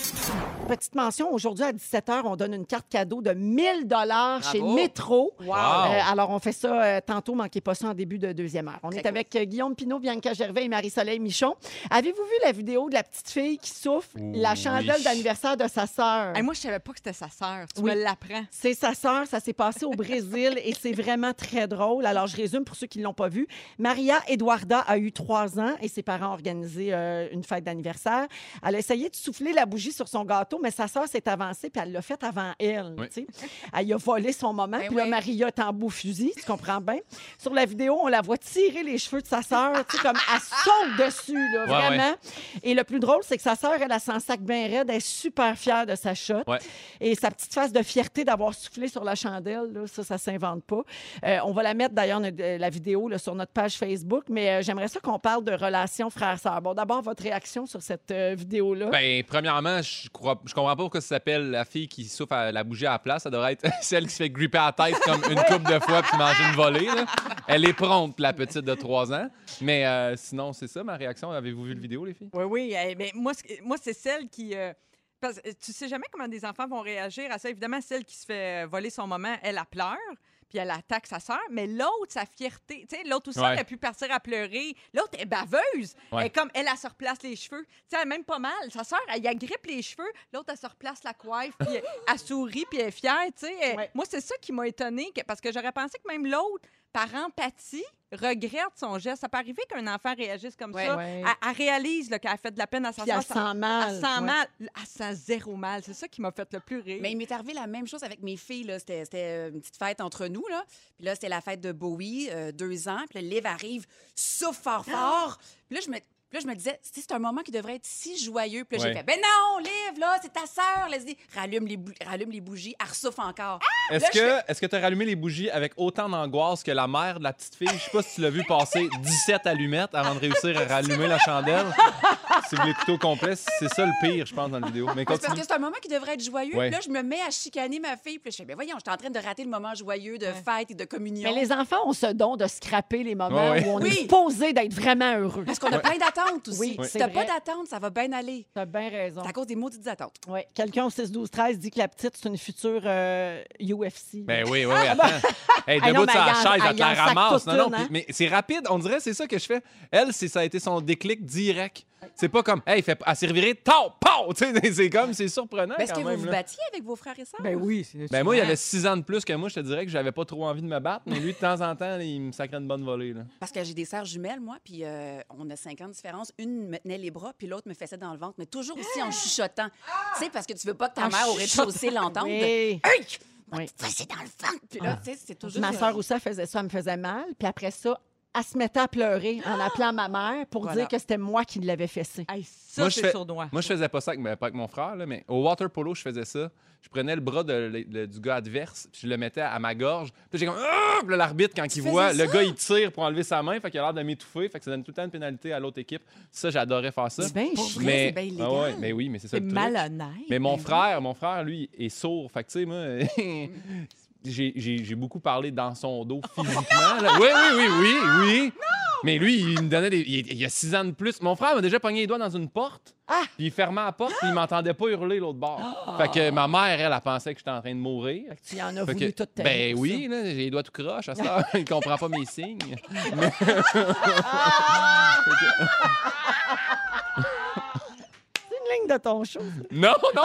Petite mention, aujourd'hui à dix-sept heures, on donne une carte cadeau de mille dollars chez Bravo. Métro. Wow. Euh, alors, on fait ça euh, tantôt, manquez pas ça en début de deuxième heure. On Très est cool. avec euh, Guillaume Pinot, Bianca Gervais et Marie-Soleil Michon. Avez-vous vu la vidéo de la petite fille qui souffle la Oui. chandelle d'anniversaire de sa sœur? Hey, moi, je savais pas que c'était sa sœur. Tu Oui. me l'apprends. C'est sa sœur, ça s'est passé au Brésil et c'est vraiment très drôle. Alors, je résume pour ceux qui ne l'ont pas vu. Maria Eduarda a eu trois ans et ses parents ont organisé euh, une fête d'anniversaire. Elle a essayé de souffler la bougie sur son gâteau, mais sa sœur s'est avancée puis elle l'a fait avant elle. Oui. tu sais. Elle y a volé son moment. Ben Puis là, oui. Maria est en beau fusil, tu comprends bien. Sur la vidéo, on la voit tirer les cheveux de sa sœur, tu sais, comme elle saute dessus, là, Ouais, vraiment. Et le plus drôle, c'est que sa sœur, elle a son sac bien raide, elle est super fière de sa shot. Ouais. Et sa petite face de fierté d'avoir soufflé sur la chandelle, là, ça, ça s'invente pas. Euh, on va la mettre d'ailleurs, notre- euh, la vidéo, là, sur notre page Facebook, mais euh, j'aimerais ça qu'on parle de relations frères-sœurs. Bon, d'abord, votre réaction sur cette euh, vidéo-là. Ben, premièrement, je crois, je comprends pas pourquoi ça s'appelle la fille qui souffle à la bougie à la place. Ça devrait être celle qui se fait gripper à la tête comme une couple de fois puis manger une volée. Là. Elle est prompte, la petite de trois ans. Mais euh, sinon, c'est ça ma réaction. Avez-vous vu le vidéo, les filles? Oui, oui. eh, mais moi, c'est- moi, c'est celle qui. euh, parce que tu sais jamais comment des enfants vont réagir à ça. Évidemment, celle qui se fait voler son moment, elle, elle pleure. Puis elle attaque sa sœur, mais l'autre, sa fierté, tu sais, l'autre aussi, Ouais. elle a pu partir à pleurer. L'autre est baveuse. Ouais. Elle est comme, elle, elle se replace les cheveux. Tu sais, elle est même pas mal. Sa sœur, elle, elle agrippe les cheveux. L'autre, elle se replace la coiffe, puis elle, elle sourit, puis elle est fière, tu sais. Elle- Ouais. Moi, c'est ça qui m'a étonnée, que- parce que j'aurais pensé que même l'autre, par empathie, regrette son geste. Ça peut arriver qu'un enfant réagisse comme Ouais. ça. Ouais. Elle, elle réalise là, qu'elle a fait de la peine à sa Puis elle sœur. sent mal. Elle sent Ouais. mal. Elle sent zéro mal. C'est ça qui m'a fait le plus rire. Mais il m'est arrivé la même chose avec mes filles. là. C'était c'était, euh, une petite fête entre nous. Là. Puis là, c'était la fête de Bowie, euh, deux ans. Puis le livre arrive, souffle fort, fort. Puis là, je me... Puis là, je me disais, tu sais, c'est un moment qui devrait être si joyeux. Puis là, Ouais. j'ai fait, ben non, Liv, là, c'est ta sœur. Là, dit, rallume les, bou- rallume les bougies, elle ressouffle encore. Est-ce Là, je que est-ce que tu as rallumé les bougies avec autant d'angoisse que la mère de la petite fille? Je sais pas si tu l'as vu passer dix-sept allumettes avant de réussir à rallumer la chandelle. si vous l'écoutez au complet, c'est ça le pire, je pense, dans la vidéo. Mais C'est parce continue. que c'est un moment qui devrait être joyeux. Ouais. Puis là, je me mets à chicaner ma fille. Puis je fais, mais voyons, je suis en train de rater le moment joyeux de fête et de communion. Mais les enfants ont ce don de scraper les moments Ouais, ouais. où on Oui. est supposé d'être vraiment heureux. Parce qu'on a plein d'attentes aussi. Oui, Si c'est t'as vrai. pas d'attente, ça va bien aller. T'as bien raison. C'est à cause des maudites attentes. Oui. Quelqu'un au six douze treize dit que la petite, c'est une future euh, U F C. Ben oui, oui, oui, attends. Hey, Ah debout non, de mais sa elle en- chaise, elle elle te la en sac ramasse. toute Non, non, une, puis- hein. mais c'est rapide. On dirait c'est ça que je fais. Elle, c'est, ça a été son déclic direct. C'est pas comme, hey, fait, elle s'est revirée, tau, pow! Tu sais, c'est comme, c'est surprenant Est-ce quand que même. vous vous là. battiez avec vos frères et sœurs? Ben oui. c'est Ben moi, il y souvent. avait six ans de plus que moi. Je te dirais que j'avais pas trop envie de me battre. Mais lui, de temps en temps, il me sacrait une bonne volée. Là. Parce que j'ai des sœurs jumelles, moi, puis euh, on a cinq ans de différence. Une me tenait les bras, puis l'autre me fessait dans le ventre, mais toujours aussi en chuchotant. Tu sais, parce que tu veux pas que ta En mère au rez-de-chaussée l'entende. Oui. Hey! Oui. Fessée dans le ventre! Puis là, tu sais, c'est toujours... Ma soeur aussi, elle faisait ça, elle me faisait mal. Puis après ça, elle se mettait à pleurer en appelant ma mère pour Voilà. dire que c'était moi qui l'avais fessé. Hey, ça, Moi, je c'est fais- sournois. Moi, je faisais pas ça avec, ben, pas avec mon frère, là, mais au water polo, je faisais ça. Je prenais le bras de- le- le- du gars adverse, puis je le mettais à ma gorge. Puis j'ai comme, ah! Puis là, l'arbitre, quand il faisais voit, ça? le gars, il tire pour enlever sa main, fait qu'il a l'air de m'étouffer, fait que ça donne tout le temps une pénalité à l'autre équipe. Ça, j'adorais faire ça. C'est bien Pour chiant. vrai, Mais, c'est bien illégal. Ah ouais, mais oui, mais c'est ça C'est le truc. malhonnête. Mais mon Ben frère, mon frère, lui, est sourd. Fait que, tu sais, moi, j'ai- j'ai j'ai beaucoup parlé dans son dos physiquement. là. Oui, oui, oui, oui, oui. Mais lui, il me donnait des. Il, il a six ans de plus. Mon frère m'a déjà pogné les doigts dans une porte. Ah! Puis il fermait la porte, puis il m'entendait pas hurler l'autre bord. Fait que ma mère, elle, a pensé que j'étais en train de mourir. Tu y en as Fait voulu que- toute ta vie ben pour oui, là, j'ai les doigts tout croche à ça. Il comprend pas mes signes. Mais- C'est une ligne de ton show. ça. Non, non!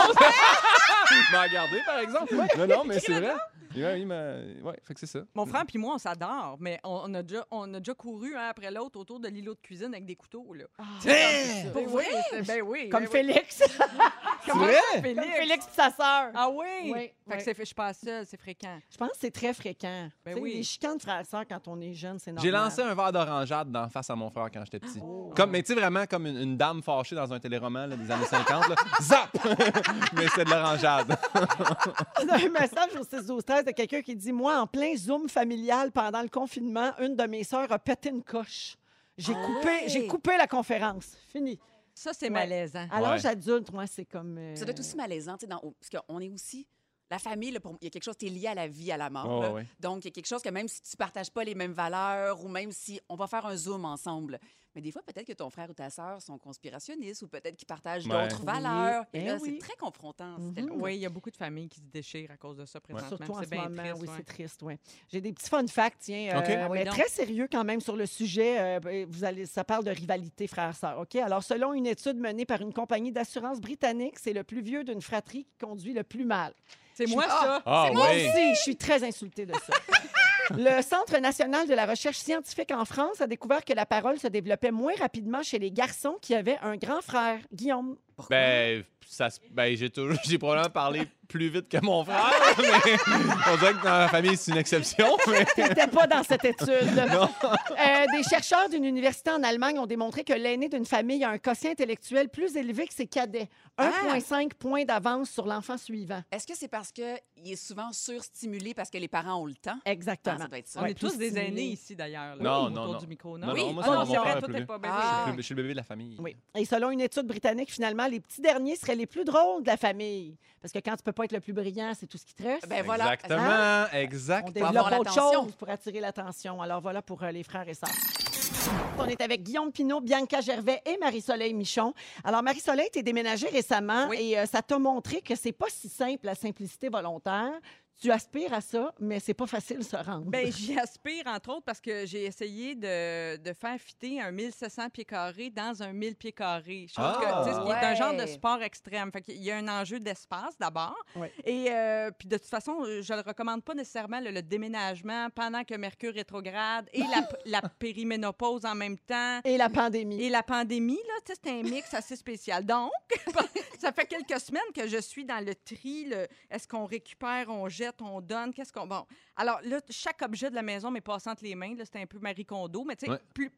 Il m'a regardé, par exemple. Non, non, mais c'est vrai. Ouais, il m'a- ouais, fait que c'est ça. Mon frère puis moi, on s'adore, mais on, on a déjà, on a déjà couru un après l'autre autour de l'îlot de cuisine avec des couteaux. Là. Hein? Pour vrai? Ben oui. Comme ben oui. Félix. Comment vrai? ça, Félix? Comme Félix et sa sœur. Ah oui? Oui, Fait oui. que c'est fait, je suis pas seule, c'est fréquent. Je pense que c'est très fréquent. Ben Tu sais, oui. Les chicanes de frères et sœurs quand on est jeune, c'est normal. J'ai lancé un verre d'orangeade d'en face à mon frère quand j'étais petit. Oh. Comme, mais tu sais, vraiment comme une, une dame fâchée dans un téléroman là, des années cinquante. Là. Zap! Mais c'est de l'orangeade. On a un message au six douze treize de quelqu'un qui dit « Moi, en plein Zoom familial pendant le confinement, une de mes sœurs a pété une coche. J'ai Ah coupé, ouais? j'ai coupé la conférence. Fini. Ça, c'est Ouais. malaisant. À Ouais. l'âge adulte, moi, c'est comme... euh, Ça doit être aussi malaisant, tu sais, dans- parce qu'on est aussi... La famille, là, pour- il y a quelque chose, tu es lié à la vie, à la mort. Ouais, là. ouais. Donc, il y a quelque chose que même si tu partages pas les mêmes valeurs ou même si on va faire un Zoom ensemble, mais des fois, peut-être que ton frère ou ta sœur sont conspirationnistes ou peut-être qu'ils partagent Ouais. d'autres Oui. valeurs. Et Eh là, oui. c'est très confrontant. c'est Mhm. tellement- Oui, il y a beaucoup de familles qui se déchirent à cause de ça présentement. Surtout en C'est ce bien moment, triste, oui, ouais. c'est triste, oui. J'ai des petits fun facts, tiens, OK. euh, Ah oui, mais donc. très sérieux quand même sur le sujet. euh, vous allez, ça parle de rivalité frères-sœurs, OK? Alors, selon une étude menée par une compagnie d'assurance britannique, c'est le plus vieux d'une fratrie qui conduit le plus mal. C'est moi, ça. Ah Moi oui! aussi, je suis très insultée de ça. Le Centre national de la recherche scientifique en France a découvert que la parole se développait moins rapidement chez les garçons qui avaient un grand frère, Guillaume. Ben, ça, se- ben j'ai toujours, j'ai probablement parlé plus vite que mon frère, mais on dirait que dans la famille, c'est une exception. Mais... N'était pas dans cette étude. Euh, des chercheurs d'une université en Allemagne ont démontré que l'aîné d'une famille a un quotient intellectuel plus élevé que ses cadets. Ah! un virgule cinq points d'avance sur l'enfant suivant. Est-ce que c'est parce qu'il est souvent surstimulé parce que les parents ont le temps? Ah, Exactement. ça doit être ça. On Ouais, est tous plus des stimulé. aînés ici, d'ailleurs. là, Non, autour non, non. du micro, Non, non? Oui. non, moi, Ah c'est non, mon c'est frère vrai, le toi, plus t'es vieux. pas bébé. Ah. Je suis le- je suis le bébé de la famille. Oui. Et selon une étude britannique, finalement, les petits derniers seraient les plus drôles de la famille. Parce que quand tu peux pas être le plus brillant, c'est tout ce qui te reste. Ben voilà. Exactement, On exact. développe avoir autre l'attention. chose pour attirer l'attention. Alors voilà pour euh, les frères et sœurs. On est avec Guillaume Pinault, Bianca Gervais et Marie-Soleil Michon. Alors, Marie-Soleil, tu es déménagée récemment Oui. et euh, ça t'a montré que c'est pas si simple, la simplicité volontaire. Tu aspires à ça, mais c'est pas facile de se rendre. Ben, j'y aspire, entre autres, parce que j'ai essayé de, de faire fitter un mille sept cents pieds carrés dans un mille pieds carrés. Chose Ah! que, tu sais, ce qui est un genre de Ouais. sport extrême. Fait qu'il y a un enjeu d'espace, d'abord. Ouais. Et euh, puis, de toute façon, je le recommande pas nécessairement, le, le déménagement pendant que Mercure rétrograde et la, la périménopause en même temps. Et la pandémie. Et la pandémie, là, tu sais, c'est un mix assez spécial. Donc, ça fait quelques semaines que je suis dans le tri. Le, est-ce qu'on récupère, on jette, on donne? Qu'est-ce qu'on... Bon, alors là, chaque objet de la maison m'est passé entre les mains. Là, c'était un peu Marie Kondo. Mais tu sais, Ouais. plus, plus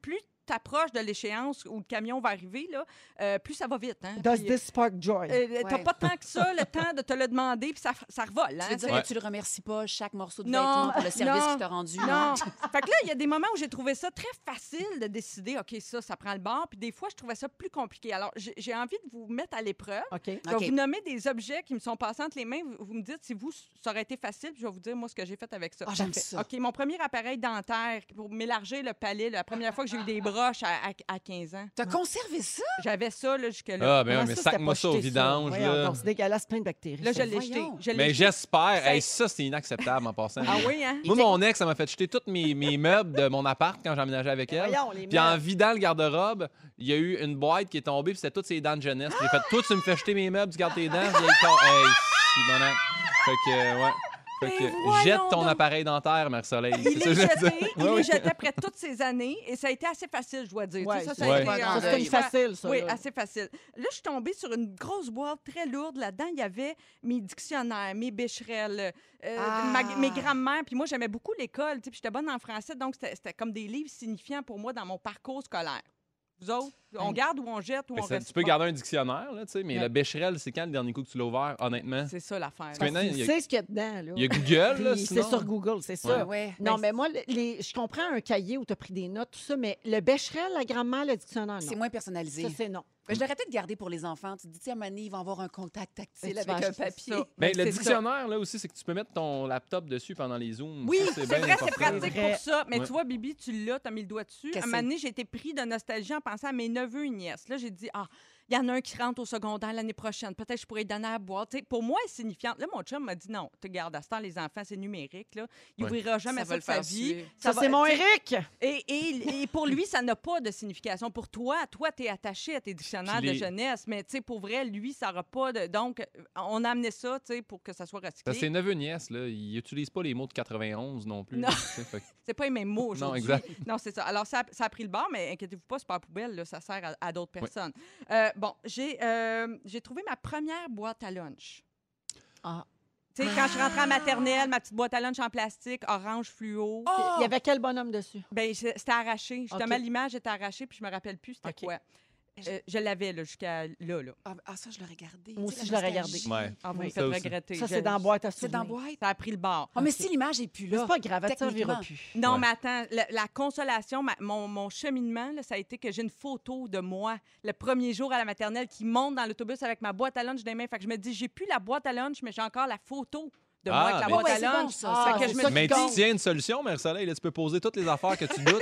tu approches de l'échéance où le camion va arriver, là, euh, plus ça va vite. Hein? Does Puis, this spark joy? euh, T'as Ouais. pas tant que ça le temps de te le demander, puis ça, ça revole. Tu Hein, veux dire t'sais. que tu le remercies pas chaque morceau de Non, vêtement pour le service non, qu'il t'a rendu? Non. fait que là, il y a des moments où j'ai trouvé ça très facile de décider, OK, ça, ça prend le bord. Puis des fois, je trouvais ça plus compliqué. Alors, j'ai j'ai envie de vous mettre à l'épreuve. OK. Je vais OK. vous nommer des objets qui me sont passés entre les mains. Vous, vous me dites si vous, ça aurait été facile, puis je vais vous dire, moi, ce que j'ai fait avec ça. Ah, j'aime Parfait. ça. OK, mon premier appareil dentaire pour m'élargir le palais, la première fois que j'ai eu des broches à, à- à quinze ans. T'as conservé ça? J'avais ça là, jusque-là. Ah, ben Comment oui, mais ça, c'était sac-moi pas ça au jeté, vidange, Voyons là. donc, c'est dégueulasse, plein de bactéries. Là, je ça. l'ai jeté. voyons. Je l'ai Mais jeté. j'espère. Ça- Hey, ça, c'est inacceptable en passant. Ah oui, hein? Moi, mon ex, elle m'a fait jeter tous mes, mes meubles de mon appart quand j'emménageais avec elle. Voyons, les Puis en meubles. vidant le garde-robe, il y a eu une boîte qui est tombée, puis c'était toutes ses dents de jeunesse. Puis J'ai fait, toi, tu me fais jeter mes meubles, tu gardes tes dents, vieille con. Hey, si, bonhomme. Fait que, euh, ouais. Fait que, Mais voyons jette ton donc. appareil dentaire, Marie-Soleil. Il C'est ça est que je veux jeté, dire. il Ouais, est oui. jeté après toutes ces années et ça a été assez facile, je dois dire. Ouais, Tu sais, ça, ça, ça a Ouais. été, Ouais, euh, Ça, c'est une ouais. facile, ça. Oui, là. assez facile. Là, je suis tombée sur une grosse boîte très lourde. Là-dedans, il y avait mes dictionnaires, mes bécherelles, euh, Ah. ma- mes grammaires. Puis moi, j'aimais beaucoup l'école, tu sais, puis j'étais bonne en français, donc c'était c'était comme des livres signifiants pour moi dans mon parcours scolaire. Vous autres, on Ouais. garde ou on jette ou Mais on ça, reste tu peux garder un dictionnaire, là, tu sais, mais Ouais. le bécherel, c'est quand le dernier coup que tu l'as ouvert, honnêtement? C'est ça l'affaire. Parce que maintenant, Tu il y a, sais ce qu'il y a dedans, là. il y a Google, là, Puis sinon. C'est sur Google, c'est ça. Ouais. Non, Ben, mais moi, le- les, je comprends un cahier où tu as pris des notes, tout ça, mais le bécherel, la grammaire, le dictionnaire, C'est non. moins personnalisé. Ça, c'est non. Ben, je l'aurais peut-être gardé pour les enfants. Tu te dis, tiens, à un moment donné, ils vont avoir un contact tactile Ben, tu vas avec un acheter papier. ça. Ben, le C'est dictionnaire, là aussi, c'est que tu peux mettre ton laptop dessus pendant les zooms. Oui, Ça, c'est bien vrai, c'est important. pratique vrai. pour ça. Mais Ouais. tu vois, Bibi, tu l'as, tu as mis le doigt dessus. Qu'est-ce À un moment donné, j'ai été pris de nostalgie en pensant à mes neveux et nièces. Là, j'ai dit, ah, il y en a un qui rentre au secondaire l'année prochaine. Peut-être je pourrais lui donner à boire. Tu sais, pour moi, c'est signifiant. Là, mon chum m'a dit, non, tu gardes à ce temps, les enfants, c'est numérique. Là. Il Ouais. n'ouvrira jamais Ça ça, va de le sa faire vie. suer. Ça, va- c'est mon tu sais, Eric! Et, et, et pour lui, ça n'a pas de signification. Pour toi, toi, tu es attaché à tes dictionnaires Puis de les- jeunesse. Mais tu sais, pour vrai, lui, ça n'aura pas de. Donc, on a amené ça, tu sais, pour que ça soit recyclé. Parce que ses neveux nièces, là, ils n'utilisent pas les mots de quatre-vingt-onze non plus. Non. tu sais, fait que- C'est pas les mêmes mots Non, aujourd'hui. exact. Non, c'est ça. Alors, ça a, ça a pris le bord, mais inquiétez-vous pas, c'est pas à poubelle, là, ça sert à, à d'autres personnes. Euh, bon, j'ai euh, j'ai trouvé ma première boîte à lunch. Ah. Tu sais, quand je suis rentrée en maternelle, ma petite boîte à lunch en plastique, orange fluo. Oh! Il y avait quel bonhomme dessus? Ben, je- c'était arraché. Justement, OK. l'image était arrachée, puis je me rappelle plus c'était OK. quoi. Euh, je l'avais là, jusqu'à là. là. Ah, ah, ça, je l'aurais gardé. Moi Tu sais, aussi, la je l'aurais nostalgie. gardé. Ouais. Ah, vous Oui. me Ça faites aussi. regretter. Ça, Je- c'est dans la boîte à C'est dans la souvenirs. boîte. Ça a pris le bord. Ah, mais OK. si l'image n'est plus là. C'est pas grave, elle ne servira techniquement. plus. Non, Ouais. mais attends, la, la consolation, ma- mon, mon cheminement, là, ça a été que j'ai une photo de moi le premier jour à la maternelle qui monte dans l'autobus avec ma boîte à lunch des mains. Fait que je me dis, j'ai plus la boîte à lunch, mais j'ai encore la photo de moi Ah, avec la mais- boîte Ouais, à ouais, c'est bon, lunch. ça. Ah, Fait que c'est je me ça dis, Mais qui tu compte. tiens une solution, Marie-Soleil. Là, tu peux poser toutes les affaires que tu doutes.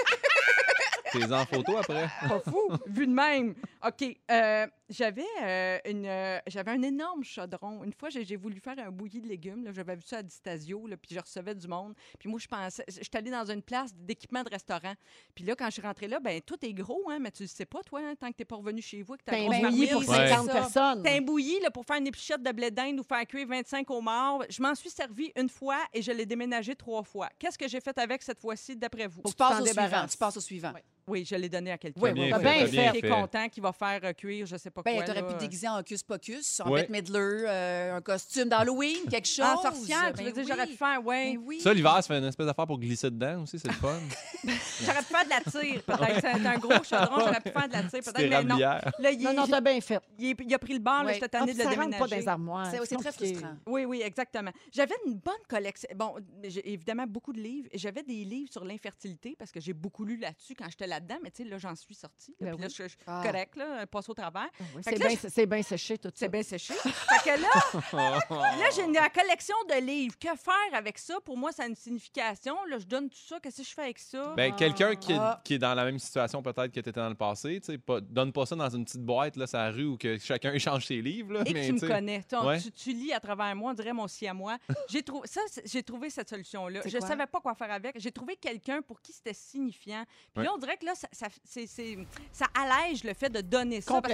T'es en photo après. pas fou, vu de même. OK, euh, j'avais euh, une, euh, j'avais un énorme chaudron. Une fois, j'ai j'ai voulu faire un bouilli de légumes. là. J'avais vu ça à Distasio, là, puis je recevais du monde. Puis moi, je pensais, j'étais allée dans une place d'équipement de restaurant. Puis là, quand je suis rentrée là, ben tout est gros, hein, mais tu le sais pas, toi, hein, tant que t'es pas revenu chez vous, que t'as T'as un grosse bouilli marmite. pour Ouais. cinquante Ça. personnes. T'as un bouilli là, pour faire une épichette de blé d'Inde ou faire cuire vingt-cinq homards. Je m'en suis servi une fois et je l'ai déménagé trois fois. Qu'est-ce que j'ai fait avec cette fois-ci, d'après vous? Faut Tu que tu passes t'en au suivant. débarrasses. Tu passes au suivant. Ouais. Oui, je l'ai donné à quelqu'un. Oui, T'as bien t'as fait, bien t'as bien Qui est fait. content, qui va faire euh, cuire, je sais pas Ben, quoi. t'aurais là. pu te déguiser en Hocus Pocus, en Ouais. Bette Midler, euh, un costume d'Halloween, quelque chose. En sorcière, tu Ben veux dire, oui. j'aurais pu faire, ouais. Ben oui. Ça, l'hiver, ça fait une espèce d'affaire pour glisser dedans aussi, c'est le fun. J'aurais pu faire de la tire, peut-être. C'est un gros chaudron, j'aurais pu faire de la tire, peut-être, C'était mais non. rablière. Là, il, Non, non, t'as bien fait. il, il a pris le bar, là, Ouais. j'étais Ah, tannée puis de le ça rentre déménager. pas dans les armoires. C'est c'est très compliqué. frustrant. Oui, oui, exactement. J'avais une bonne collection. Bon, j'ai évidemment beaucoup de livres. Et j'avais des livres sur l'infertilité parce que j'ai beaucoup lu là-dessus quand j'étais là-dedans. Mais tu sais, là, j'en suis sortie. là. Ben Puis là, oui. je je suis Ah. correcte, là, passe au travers. Ah oui, Fait C'est que là, bien c'est bien séché, tout ça. C'est bien séché. Fait que là, là j'ai une collection de livres. Que faire avec ça? Pour moi, ça a une signification. Là, je donne tout ça. Qu'est-ce que je fais avec ça? Ben, quelqu'un qui, est- Ah. qui est dans la même situation peut-être que tu étais dans le passé, tu sais, pas, donne pas ça dans une petite boîte, là, sur la rue où que chacun échange ses livres. Là, Et que mais, tu me tu sais, connais. Tu, ouais. tu, tu lis à travers moi, on dirait mon si à moi. J'ai trou... Ça, c'est- j'ai trouvé cette solution-là. C'est Je ne quoi? savais pas quoi faire avec. J'ai trouvé quelqu'un pour qui c'était signifiant. Puis Ouais. là, on dirait que là, ça, ça, c'est- c'est- ça allège le fait de donner ça. Parce qu'au Complètement. moins, Ouais. tu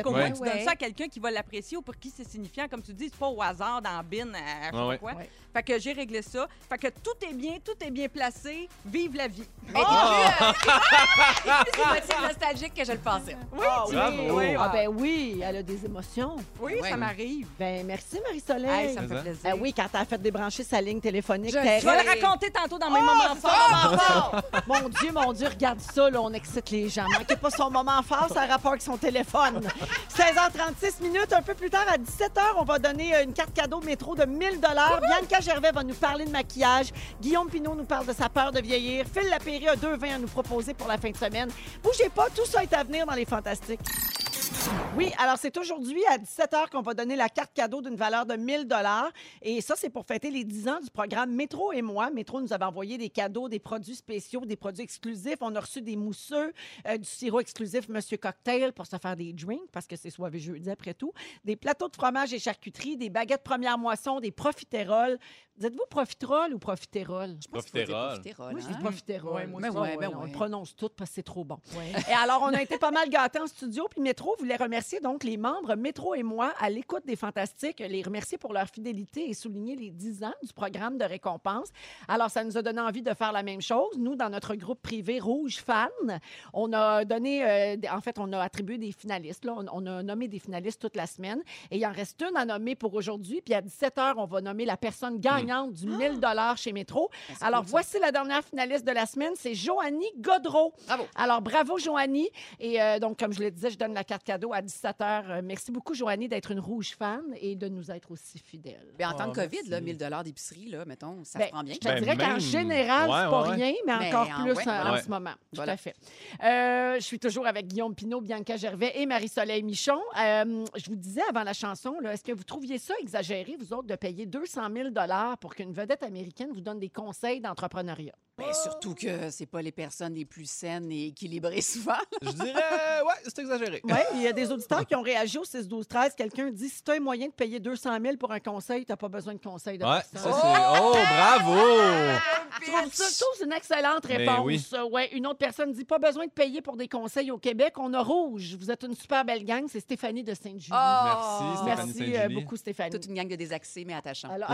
Ouais. donnes ça à quelqu'un qui va l'apprécier ou pour qui c'est signifiant. Comme tu dis, c'est pas au hasard dans la bin, à, à je sais Ouais, ouais. pas quoi. Ouais. Fait que j'ai réglé ça. Fait que tout est bien, tout est bien placé. Vive la vie. Mais t'es plus, euh, t'es plus émotive, nostalgique que je le pensais. Oui, Ah tu- Bravo. oui, oui. Ah ben oui, elle a des émotions. oui, Ouais. ça m'arrive. Ben merci Marie-Soleil. Hey, ça me Mais fait ça. plaisir. Ah oui, quand t'as fait débrancher sa ligne téléphonique. Je t'es- Je vais le raconter tantôt dans mes moments forts. Mon Dieu, mon Dieu, regarde ça, là, on excite les gens. Manquez pas son moment fort, ça a rapport avec son téléphone. seize heures trente-six minutes, un peu plus tard, à dix-sept heures, on va donner une carte cadeau métro de mille dollars. Bianca Gervais va nous parler de maquillage. Guillaume Pinot nous parle de sa peur de vieillir. Phil Lapéry a deux vins à nous proposer pour la fin de semaine. Bougez pas, tout ça est à venir dans les Fantastiques. Oui, alors c'est aujourd'hui à dix-sept heures qu'on va donner la carte cadeau d'une valeur de mille dollars. Et ça, c'est pour fêter les dix ans du programme Métro et moi. Métro nous avait envoyé des cadeaux, des produits spéciaux, des produits exclusifs. On a reçu des mousseux, euh, du sirop exclusif Monsieur Cocktail pour se faire des drinks, parce que c'est soirée jeudi après tout, des plateaux de fromage et charcuterie, des baguettes première moisson, des profiteroles. Vous êtes-vous profiterole ou profiterole? Je pense qu'il faut dire Profiterole. profiterole, Moi, je dis hein? profiterole. Ouais, moi Mais aussi. ouais, ben On ouais. le prononce tout parce que c'est trop bon. Et alors, on a été pas mal gâtés en studio. Puis Métro voulait remercier donc les membres Métro et moi à l'écoute des Fantastiques, les remercier pour leur fidélité et souligner les dix ans du programme de récompense. Alors, ça nous a donné envie de faire la même chose. Nous, dans notre groupe privé Rouge Fan, on a donné, euh, des- en fait, on a attribué des finalistes. Là. On, on a nommé des finalistes toute la semaine. Et il en reste une à nommer pour aujourd'hui. Puis à dix-sept heures, on va nommer la personne gagnante du mille dollars chez Métro. Ben, c'est Alors, cool, ça. voici la dernière finaliste de la semaine, c'est Joanie Godreau. Bravo. Alors, bravo, Joanie. Et euh, donc, comme je le disais, je donne la carte cadeau à dix-sept heures. Euh, merci beaucoup, Joanie, d'être une rouge fan et de nous être aussi fidèle. Ben, en temps Oh, de COVID, merci. là, mille dollars d'épicerie, là, mettons, ça Ben, se prend bien. Je te Ben, dirais qu'en même- général, Ouais, c'est pas ouais, ouais. rien, mais, Mais encore en- plus ouais, en, voilà. en ce moment. Tout Voilà. à fait. Euh, je suis toujours avec Guillaume Pinot, Bianca Gervais et Marie-Soleil Michon. Euh, je vous disais avant la chanson, là, est-ce que vous trouviez ça exagéré, vous autres, de payer deux cent mille dollars pour qu'une vedette américaine vous donne des conseils d'entrepreneuriat? Ben, surtout que c'est pas les personnes les plus saines et équilibrées souvent. Je dirais, ouais, c'est exagéré. Oui, il y a des auditeurs qui ont réagi au six douze treize. Quelqu'un dit si tu as un moyen de payer deux cent mille pour un conseil, tu n'as pas besoin de conseil de Ouais, personne. ça c'est. Oh, bravo! Je trouve ça, je trouve que c'est une excellente Ben réponse. oui. Euh, ouais, une autre personne dit pas besoin de payer pour des conseils au Québec. On a Rouge. Vous êtes une super belle gang. C'est Stéphanie de Sainte-Julie. Merci, Stéphanie Merci euh, Sainte-Julie. beaucoup, Stéphanie. Toute une gang de désaxés, mais attachants. Alors,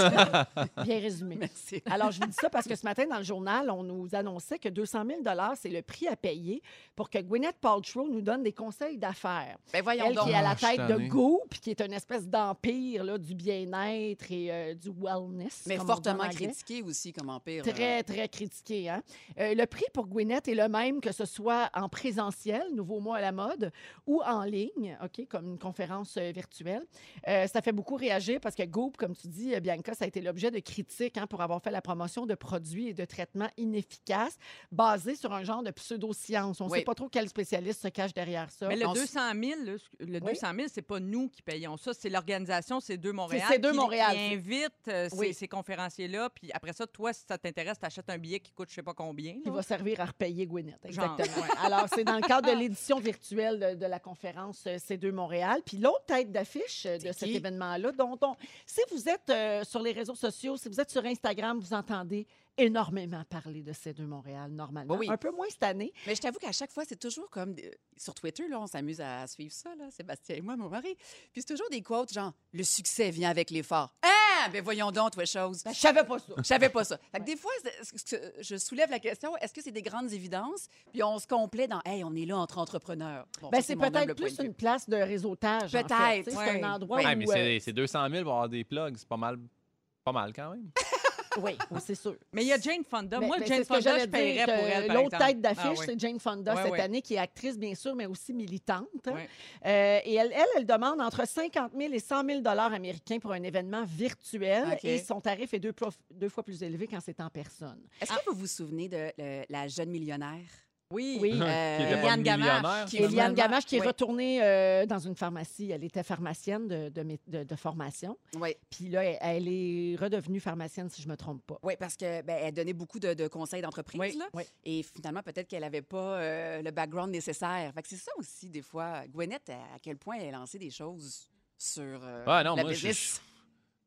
bien résumé. Merci. Alors, je vous dis ça parce que ce matin, dans le journal, on nous annonçait que deux cent mille dollars, c'est le prix à payer pour que Gwyneth Paltrow nous donne des conseils d'affaires. Ben, voyons Elle donc. qui est à la Ah, je suis tête de tannée. Goop, qui est une espèce d'empire là, du bien-être et euh, du wellness. Mais comme on dit en fortement anglais. critiqué aussi comme empire. Très, très critiqué. Hein? Euh, le prix pour Gwyneth est le même que ce soit en présentiel, nouveau mot à la mode, ou en ligne, OK, comme une conférence euh, virtuelle. Euh, ça fait beaucoup réagir parce que Goop, comme tu dis, euh, Bianca, ça a été l'objet de critiques hein, pour avoir fait la promotion de produits et de traitements inefficaces basés sur un genre de pseudo-science. On ne Oui. sait pas trop quel spécialiste se cache derrière ça. Mais le On s- deux cent mille, là, le deux cent mille, c'est pas nous qui payons ça, c'est l'organisation C deux Montréal. C'est C deux qui- Montréal. Qui invite euh, ces, Oui. ces conférenciers-là. Puis après ça, toi, si ça t'intéresse, t'achètes un billet qui coûte je sais pas combien. Qui là. va servir à repayer Gwyneth. Genre, Exactement. ouais. Alors, c'est dans le cadre de l'édition virtuelle de, de la conférence euh, C deux Montréal. Puis l'autre tête d'affiche euh, de C'est cet qui? événement-là, dont on... si vous êtes euh, sur les réseaux sociaux, si vous êtes sur Instagram, vous entendez énormément parler de C deux Montréal, normalement. Oui, oui. Un peu moins cette année. Mais je t'avoue qu'à chaque fois, c'est toujours comme. des- Sur Twitter, là, on s'amuse à suivre ça, là, Sébastien et moi, mon mari. Puis c'est toujours des quotes genre le succès vient avec l'effort. Ah! Ben voyons donc, toi, chose. Ben, je savais pas ça. Je savais pas ça. Fait que des fois, c'est- c'est- c'est- je soulève la question est-ce que c'est des grandes évidences? Puis on se complaît dans hey, on est là entre entrepreneurs. Bon, Ben, ça, c'est mon humble peut-être point plus de vue. une place de réseautage. en fait. Peut-être, Tu sais, ouais. C'est un endroit Oui. où... Ouais, mais euh, c'est c'est deux cent mille pour avoir des plugs. C'est pas mal, pas mal quand même. Oui, oui, c'est sûr. Mais il y a Jane Fonda. Ben, Moi, ben, Jane c'est ce que Fonda, j'allais je paierais dire, pour que elle, par l'autre exemple. tête d'affiche, Ah oui. c'est Jane Fonda Ouais, cette ouais. année, qui est actrice, bien sûr, mais aussi militante. Ouais. Euh, et elle, elle, elle demande entre cinquante mille et cent mille dollars américains pour un événement virtuel. OK. Et son tarif est deux, plof- deux fois plus élevé quand c'est en personne. Est-ce que vous vous souvenez de le- la jeune millionnaire? Oui. Oui. Qui Euh, était pas Eliane Gamache, millionnaire. qui- Eliane finalement, Gamache qui est oui. retournée euh, dans une pharmacie. Elle était pharmacienne de, de, mé- de- de formation. Oui. Puis là, elle, elle est redevenue pharmacienne, si je me trompe pas. Oui, parce que ben, elle donnait beaucoup de, de conseils d'entreprise. Oui, là. oui. Et finalement, peut-être qu'elle n'avait pas euh, le background nécessaire. Fait que c'est ça aussi, des fois. Gwyneth, à à quel point elle a lancé des choses sur euh, Ouais, non, la moi, je- business.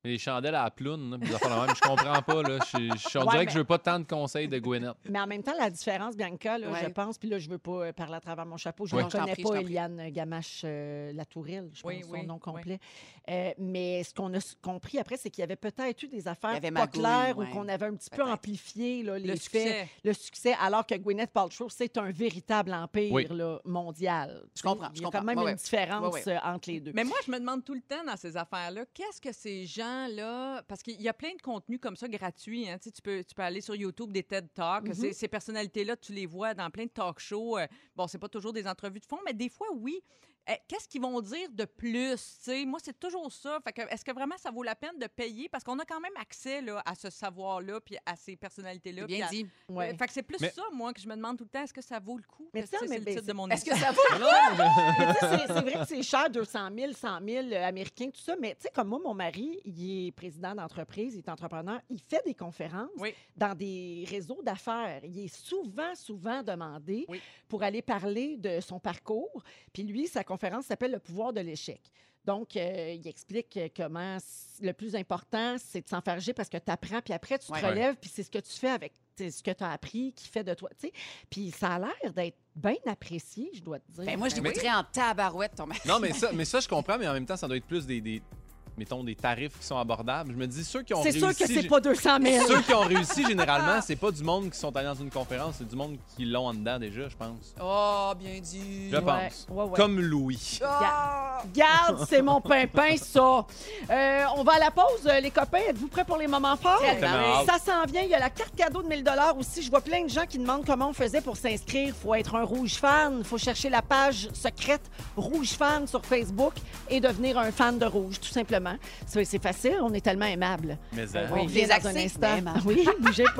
Les chandelles à la ploune, là, puis des affaires de même, je comprends pas. Là. Je, je, on Ouais, dirait mais- que je veux pas tant de conseils de Gwyneth. Mais en même temps, la différence, Bianca, là, Ouais. je pense, puis là, je veux pas euh, parler à travers mon chapeau, je Oui. ne Non, je t'en connais prie, je pas t'en prie. Eliane Gamache euh, Latourelle, je pense Oui, son oui, nom oui. complet. Euh, mais ce qu'on a s- compris après, c'est qu'il y avait peut-être eu des affaires Il y avait pas magouille, claires ouais. ou qu'on avait un petit peu Peut-être. amplifié là, les Le faits, succès. le succès, alors que Gwyneth Paltrow, c'est un véritable empire Oui. là, mondial. Je comprends, Il y je a quand comprends. même Ouais, une ouais. différence Ouais, euh, entre les deux. Mais moi, je me demande tout le temps dans ces affaires-là, qu'est-ce que ces gens-là. Parce qu'il y a plein de contenus comme ça gratuits. Hein, tu sais, tu peux, tu peux aller sur YouTube, des TED Talks. Mhm. Ces, ces personnalités-là, tu les vois dans plein de talk shows. Euh, bon, c'est pas toujours des entrevues de fond, mais des fois, oui. Euh, Qu'est-ce qu'ils vont dire de plus? Tu sais, moi, c'est toujours ça. Fait que, est-ce que vraiment ça vaut la peine de payer? Parce qu'on a quand même accès là, à ce savoir-là puis à ces personnalités-là. C'est puis bien à- dit. Ouais. Euh, Fait que c'est plus Mais- ça, moi, que je me demande tout le temps, est-ce que ça vaut le coup? Mais Parce que tiens, c'est mais le ben, titre de mon Est-ce que émission. ça vaut? Mais tu sais, c'est c'est vrai que c'est cher, deux cent mille, cent mille euh, américains, tout ça. Mais tu sais, comme moi, mon mari, il est président d'entreprise, il est entrepreneur, il fait des conférences Oui. dans des réseaux d'affaires. Il est souvent, souvent demandé Oui. pour aller parler de son parcours. Puis lui, sa conférence s'appelle Le pouvoir de l'échec. Donc, euh, il explique euh, comment c- le plus important, c'est de s'enfarger parce que tu apprends, puis après, tu te Ouais. relèves, puis c'est ce que tu fais avec t'sais, ce que tu as appris qui fait de toi. tu sais. Puis ça a l'air d'être bien apprécié, je dois te dire. Ben, moi, je Ben l'écouterais en tabarouette, ton mari. Non, mais ça, mais ça, je comprends, mais en même temps, ça doit être plus des, des mettons, des tarifs qui sont abordables. Je me dis, ceux qui ont C'est réussi... sûr que c'est gé- pas deux cent mille. Ceux qui ont réussi, généralement, c'est pas du monde qui sont allés dans une conférence, c'est du monde qui l'ont en dedans déjà, je pense. Oh, bien dit. Je Ouais, pense. ouais, ouais. Comme Louis. Ah! Garde, c'est mon pimpin, ça. Euh, on va à la pause, euh, les copains. Êtes-vous prêts pour les moments forts? Tellement hâte. Ça s'en vient. Il y a la carte cadeau de mille dollars aussi. Je vois plein de gens qui demandent comment on faisait pour s'inscrire. Il faut être un rouge fan. Il faut chercher la page secrète Rouge fan sur Facebook et devenir un fan de rouge, tout simplement. C'est c'est facile. On est tellement aimables. Mais On euh, Oui. revient Les dans un accès, instant. même. Oui, bougez pas.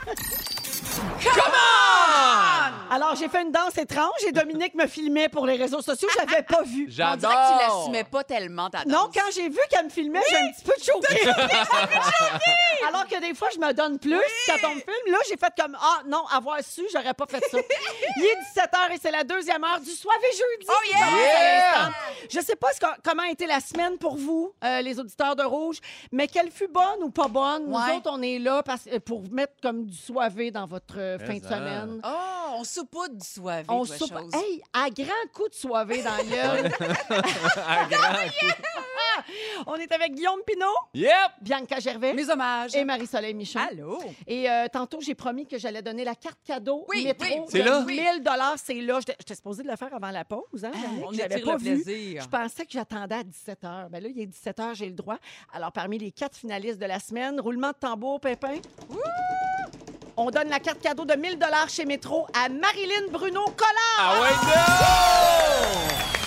Alors, j'ai fait une danse étrange et Dominique me filmait pour les réseaux sociaux. Je l'avais pas vu. On j'adore. dirait que tu l'assumais pas tellement, ta danse. Non, quand j'ai vu qu'elle me filmait, j'ai un petit peu choqué. Alors que des fois, je me donne plus quand on me filme. Là, j'ai fait comme ah non, avoir su, j'aurais pas fait ça. Il est dix-sept heures et c'est la deuxième heure du Soivé jeudi. Oh yeah! Dans un Yeah! instant. Je sais pas ce que- comment a été la semaine pour vous, euh, les auditeurs de Rouge, mais qu'elle fut bonne ou pas bonne, nous Ouais. autres, on est là parce- euh, pour mettre comme du soivé dans votre euh, Mais fin de ça. semaine. Oh, on saupoudre du soivé, On toi, soupe. chose. Hey, à grand coup de soivé dans le gueule. À grand coup. On est avec Guillaume Pinot, Yep! Bianca Gervais Mes hommages. et Marie-Soleil Michon. Allô? Et euh, tantôt, j'ai promis que j'allais donner la carte cadeau Oui, métro. oui, C'est de là? mille dollars, c'est là. J'étais j'étais supposée de le faire avant la pause. Hein, Jannick? On Je l'avais étire pas le vu. plaisir. Je pensais que j'attendais à dix-sept heures. Ben là, il est dix-sept heures, j'ai le droit. Alors, parmi les quatre finalistes de la semaine, roulement de tambour, Pépin. On donne la carte cadeau de mille dollars chez Métro à Marilyn Bruno Collard. Ah ouais, non!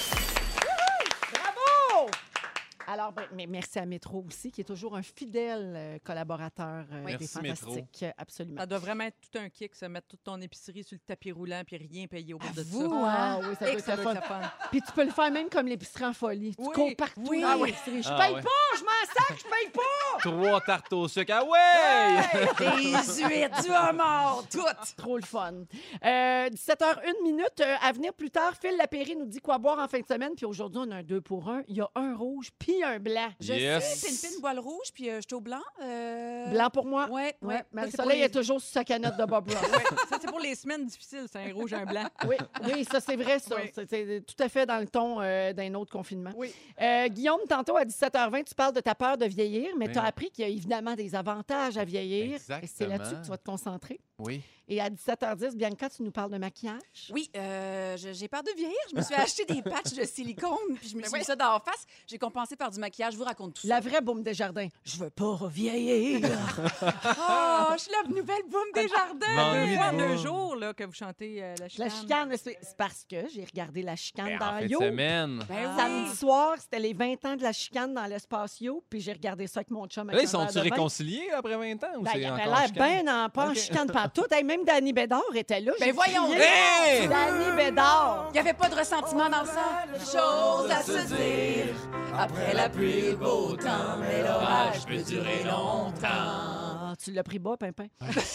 Bravo! Alors, ben, mais merci à Métro aussi, qui est toujours un fidèle euh, collaborateur euh, Oui. des Merci, Métro. Fantastiques. Absolument. Ça doit vraiment être tout un kick, ça, mettre toute ton épicerie sur le tapis roulant puis rien payer au bout de Avoue, ça. Ah hein? oui, ça doit Et que être ça le doit fun. être le fun. Puis tu peux le faire même comme l'épicerie en folie. Tu Oui, cours partout oui. dans Ah oui. l'épicerie. Je Ah paye ouais. pas, je m'en sac, je paye pas! Trois tartes au sucre. Ah ouais! Des huîtres, du homard, tout. Trop le fun. Euh, dix-sept heures une minute. Euh, à venir plus tard, Phil Lapéry nous dit quoi boire en fin de semaine. Puis aujourd'hui, on a un deux pour un. Il y a un rouge puis un blanc. Je Yes. sais, Pin Pin boit le rouge, puis euh, je suis au blanc. euh, Blanc pour moi. Ouais, Ouais. ouais. Ça, c'est Marie-Soleil pour est toujours sur sa canette de Bob Ross. Ouais, ça, c'est pour les semaines difficiles, c'est un rouge, un blanc. Oui, oui, ça c'est vrai, ça. Oui. C'est- C'est tout à fait dans le ton euh, d'un autre confinement. Oui. Euh, Guillaume, tantôt à dix-sept heures vingt, tu parles de ta peur de vieillir, mais Oui. tu as appris qu'il y a évidemment des avantages à vieillir. Exactement. Et c'est là-dessus que tu vas te concentrer. Oui. Et à dix-sept heures dix, Bianca, tu nous parles de maquillage. Oui, euh, je- j'ai peur de vieillir. Je me suis acheté des patchs de silicone, puis je me Ben suis oui. mis ça dans la face. J'ai compensé par du maquillage. Je vous raconte tout ça. La vraie Baume des Jardins. Je veux pas vieillir. Oh, je suis la nouvelle boum des jardins. M'ennuie Deux fois en de deux vous. jours là, que vous chantez euh, la chicane. La chicane, c'est c'est parce que j'ai regardé la chicane Ben, en dans fin de Yo. semaine. Ben oui. Samedi soir, c'était les vingt ans de la chicane dans l'espace Yo, puis j'ai regardé ça avec mon chum. avec Là, ils un sont-tu verre de vin. réconciliés après vingt ans? Ou Ben, c'est il avait encore l'air chicane? bien en, pas en Ok. chicane partout. Hey, même Danny Bédard était là. Ben J'ai voyons crié, donc! Hey! Danny Bédard! Il n'y avait pas de ressentiment dans le sang. Chose à se dire. Après la pluie, le beau temps, mais l'orage peut durer longtemps. tu l'as pris bas, Pimpin.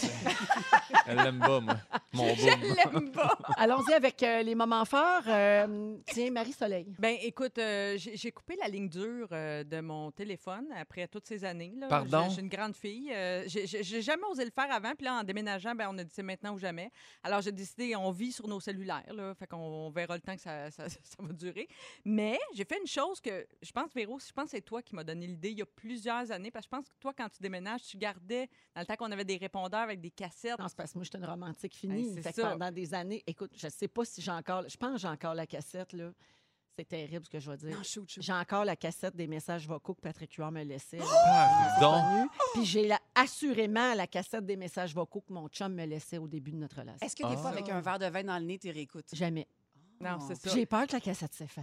Elle l'aime pas, moi. Mon boom. Je l'aime pas. Allons-y avec euh, les moments forts. Euh, tiens, Marie-Soleil. Ben écoute, euh, j'ai j'ai coupé la ligne dure euh, de mon téléphone après toutes ces années. Là. Pardon? J'ai- J'ai une grande fille. euh, j'ai- J'ai j'ai jamais osé le faire avant. Puis là, en déménageant, ben, on a dit c'est maintenant ou jamais. Alors, j'ai décidé, on vit sur nos cellulaires. Là, fait qu'on on verra le temps que ça, ça, ça va durer. Mais j'ai fait une chose que je pense, Véro, je pense que c'est toi qui m'as donné l'idée il y a plusieurs années. Parce que je pense que toi, quand tu déménages, tu gardais, dans le temps qu'on avait des répondeurs avec des cassettes. Non, c'est parce que moi, je suis une romantique finie. Hey, c'est Fait que ça. pendant des années, écoute, je sais pas si j'ai encore... Je pense que j'ai encore la cassette, là. C'est terrible ce que je vais dire. Non, shoot, shoot. J'ai encore la cassette des messages vocaux que Patrick Huard me laissait. là. Ah, C'est donc. connu. Puis j'ai la- assurément la cassette des messages vocaux que mon chum me laissait au début de notre relation. Est-ce que des Ah. fois, avec un verre de vin dans le nez, tu réécoutes? Jamais. Non, c'est ça. J'ai peur que la cassette s'efface.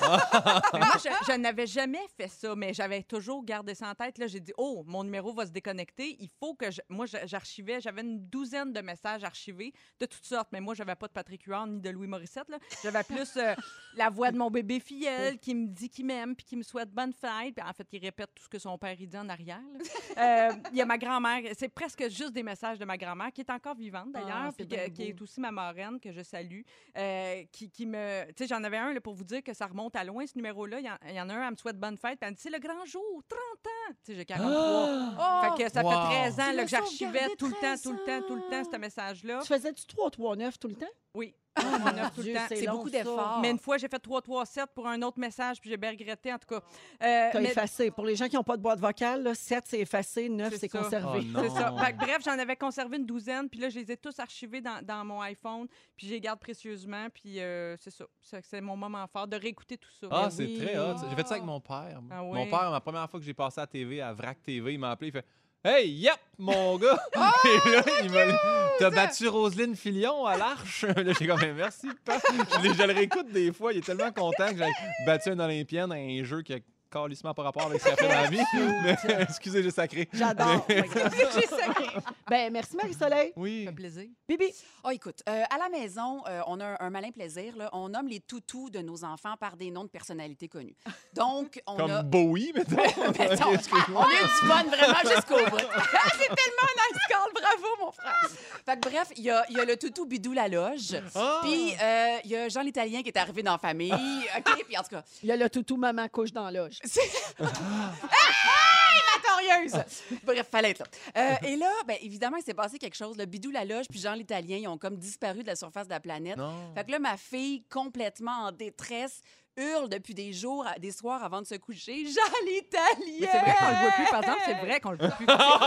Mais moi, je, je n'avais jamais fait ça, mais j'avais toujours gardé ça en tête. Là, j'ai dit, oh, mon numéro va se déconnecter. Il faut que je... Moi, je- j'archivais, j'avais une douzaine de messages archivés de toutes sortes, mais moi, j'avais pas de Patrick Huard ni de Louis Morissette. là. J'avais plus euh, la voix de mon bébé filleul qui me dit qu'il m'aime puis qui me souhaite bonne fête. Puis en fait, il répète tout ce que son père il dit en arrière. là. Euh, Il y a ma grand-mère. C'est presque juste des messages de ma grand-mère qui est encore vivante, d'ailleurs, Ah, c'est puis que- bien qui beau. est aussi ma marraine, que je salue, euh, qui, qui me... Tu sais, j'en avais un là, pour vous dire que ça remonte à loin, ce numéro-là. Il y en- il y, en a un, elle me souhaite bonne fête, puis elle me dit, c'est le grand jour, trente ans. Tu sais, j'ai quarante-trois. Oh! Fait que ça Wow. fait treize ans Tu là, l'as que j'archivais sauvegardé tout le temps, treize tout le temps, tout le temps, ce ans. message-là. Tu faisais-tu trois trois neuf tout le temps? Oui. Oh, trois mon neuf tout le Dieu, temps. C'est long, beaucoup ça. d'efforts. Mais une fois, j'ai fait trois trois sept pour un autre message, puis j'ai bien regretté, en tout cas. Euh, T'as mais- effacé. Pour les gens qui n'ont pas de boîte vocale, sept, c'est effacé, neuf, C'est c'est ça. conservé. Oh, non. C'est ça. Fait que bref, j'en avais conservé une douzaine, puis là, je les ai tous archivés dans, dans mon iPhone, puis je les garde précieusement, puis euh, c'est ça. C'est c'est mon moment fort de réécouter tout ça. Ah, Ben c'est oui. très hot. J'ai fait ça avec mon père. moi. Ah oui. Mon père, ma première fois que j'ai passé à la T V, à Vrac T V, il m'a appelé, il fait Hey, yep, mon gars! Ah, Et là, il m'a T'as battu Roselyne Filion à l'Arche? Là, j'ai comme merci, papa. Je, l'ai- je le réécoute des fois. Il est tellement content que j'ai battu un Olympien dans un jeu qui a calissement par rapport avec ce qu'il a fait dans la vie. Mais, excusez, j'ai sacré. J'adore. J'ai sacré. Ben, merci Marie-Soleil. Oui. Ça fait plaisir. Bibi. Oh, écoute, euh, à la maison, euh, on a un, un malin plaisir. Là. On nomme les toutous de nos enfants par des noms de personnalités connues. Donc, on Comme a... Bowie, mettons. Mettons, Excuse-moi. on a eu du fun vraiment jusqu'au bout. C'est tellement un nice call, bravo, mon frère. Fait que bref, il y a, il y a le toutou Bidou la loge. Ah! Puis, euh, il y a Jean l'Italien qui est arrivé dans la famille. OK, puis en tout cas... Il y a le toutou maman couche dans la loge. C'est... Victorieuse! Bref, fallait être là. Euh, et là, ben, évidemment, il s'est passé quelque chose. Le Bidou la loge puis Jean l'Italien, ils ont comme disparu de la surface de la planète. Non. Fait que là, ma fille, complètement en détresse, hurle depuis des jours, à- des soirs avant de se coucher. Jean l'Italien! Mais c'est vrai qu'on le voit plus, par exemple, c'est vrai qu'on le voit plus.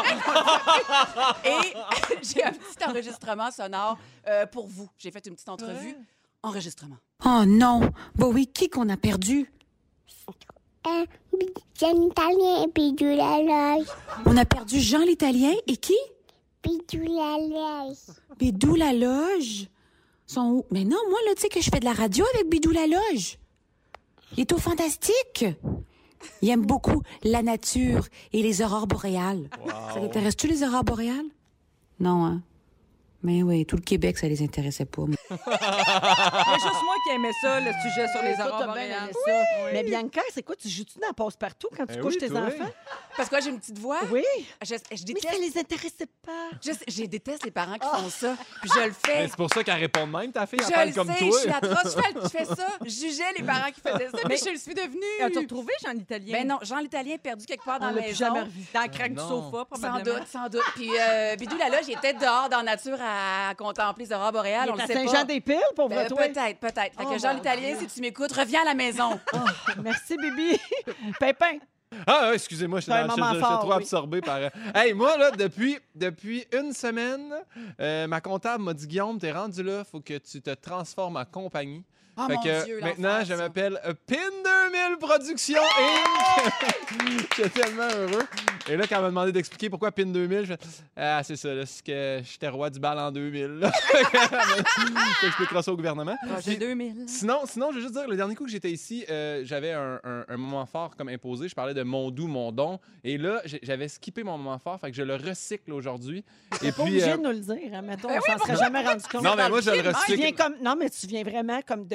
Et j'ai un petit enregistrement sonore euh, pour vous. J'ai fait une petite entrevue. Enregistrement. Oh non! Bowie, qui qu'on a perdu? Un Jean Italien et Bidou la loge. On a perdu Jean l'Italien et qui? Bidou la loge. Bidou la loge. Sont où? Mais non, moi, là, tu sais que je fais de la radio avec Bidou la loge. Il est au fantastique. Il aime beaucoup la nature et les aurores boréales. Ça t'intéresse-tu, les aurores boréales? Non, hein? Mais oui, tout le Québec, ça les intéressait pas. moi. Il y a juste moi qui aimais ça, le sujet sur les Toi, aurores t'as bien boréales. aimé ça. Mais Bianca, c'est quoi? Tu joues-tu dans Passe-Partout quand tu Eh couches oui, tes toi, enfants? Parce que moi, j'ai une petite voix. Oui. Je, je Mais déteste, ça les intéressait pas. je, je déteste les parents qui font ça. Puis je le fais. Ben, c'est pour ça qu'elle répond de même, ta fille. Elle Je parle le comme sais, toi. je suis atroce. Je fais, je fais ça. Je jugeais les parents qui faisaient ça, mais je le suis devenue. As-tu retrouvé Jean l'Italien? Ben non, Jean l'Italien est perdu quelque part dans On la l'a plus maison. jamais revu. Dans le crack du Non. sofa, Sans probablement. doute, sans doute. Puis euh, Bidou la loge, il était dehors dans la nature à contempler les aurores boréales. Il On est le à sait pas. Saint-Jean-des-Piles, pour Ben, toi. peut-être, peut-être. Fait Oh, que Jean mon l'Italien, Dieu. si tu m'écoutes, reviens à la maison. Merci, Bibi. Pépin. Ah, ouais, excusez-moi, je suis C'est un dans- moment je- je- j'étais fort, trop oui. absorbé par. euh, Hey, moi, là, depuis, depuis une semaine, euh, ma comptable m'a dit Guillaume, t'es rendu là, faut que tu te transformes en compagnie. Oh fait mon que Dieu, maintenant, l'enfer, je ça. m'appelle euh, Pin deux mille Productions Incorporated. J'étais tellement heureux. Et là, quand elle m'a demandé d'expliquer pourquoi Pin deux mille, je fais Ah, c'est ça, là, c'est que j'étais roi du bal en deux mille. là. T'expliqueras ça au gouvernement. Projet deux mille. Sinon, sinon, je veux juste dire, le dernier coup que j'étais ici, euh, j'avais un, un- un moment fort comme imposé. Je parlais de mon doux, mon don. Et là, j'ai- j'avais skippé mon moment fort, fait que je le recycle aujourd'hui. Et T'es pas puis. obligé euh, de nous le dire, hein, mettons. On s'en serait jamais rendu compte. Non, mais moi, je le Tu recycle. viens comme... Non, mais tu viens vraiment comme de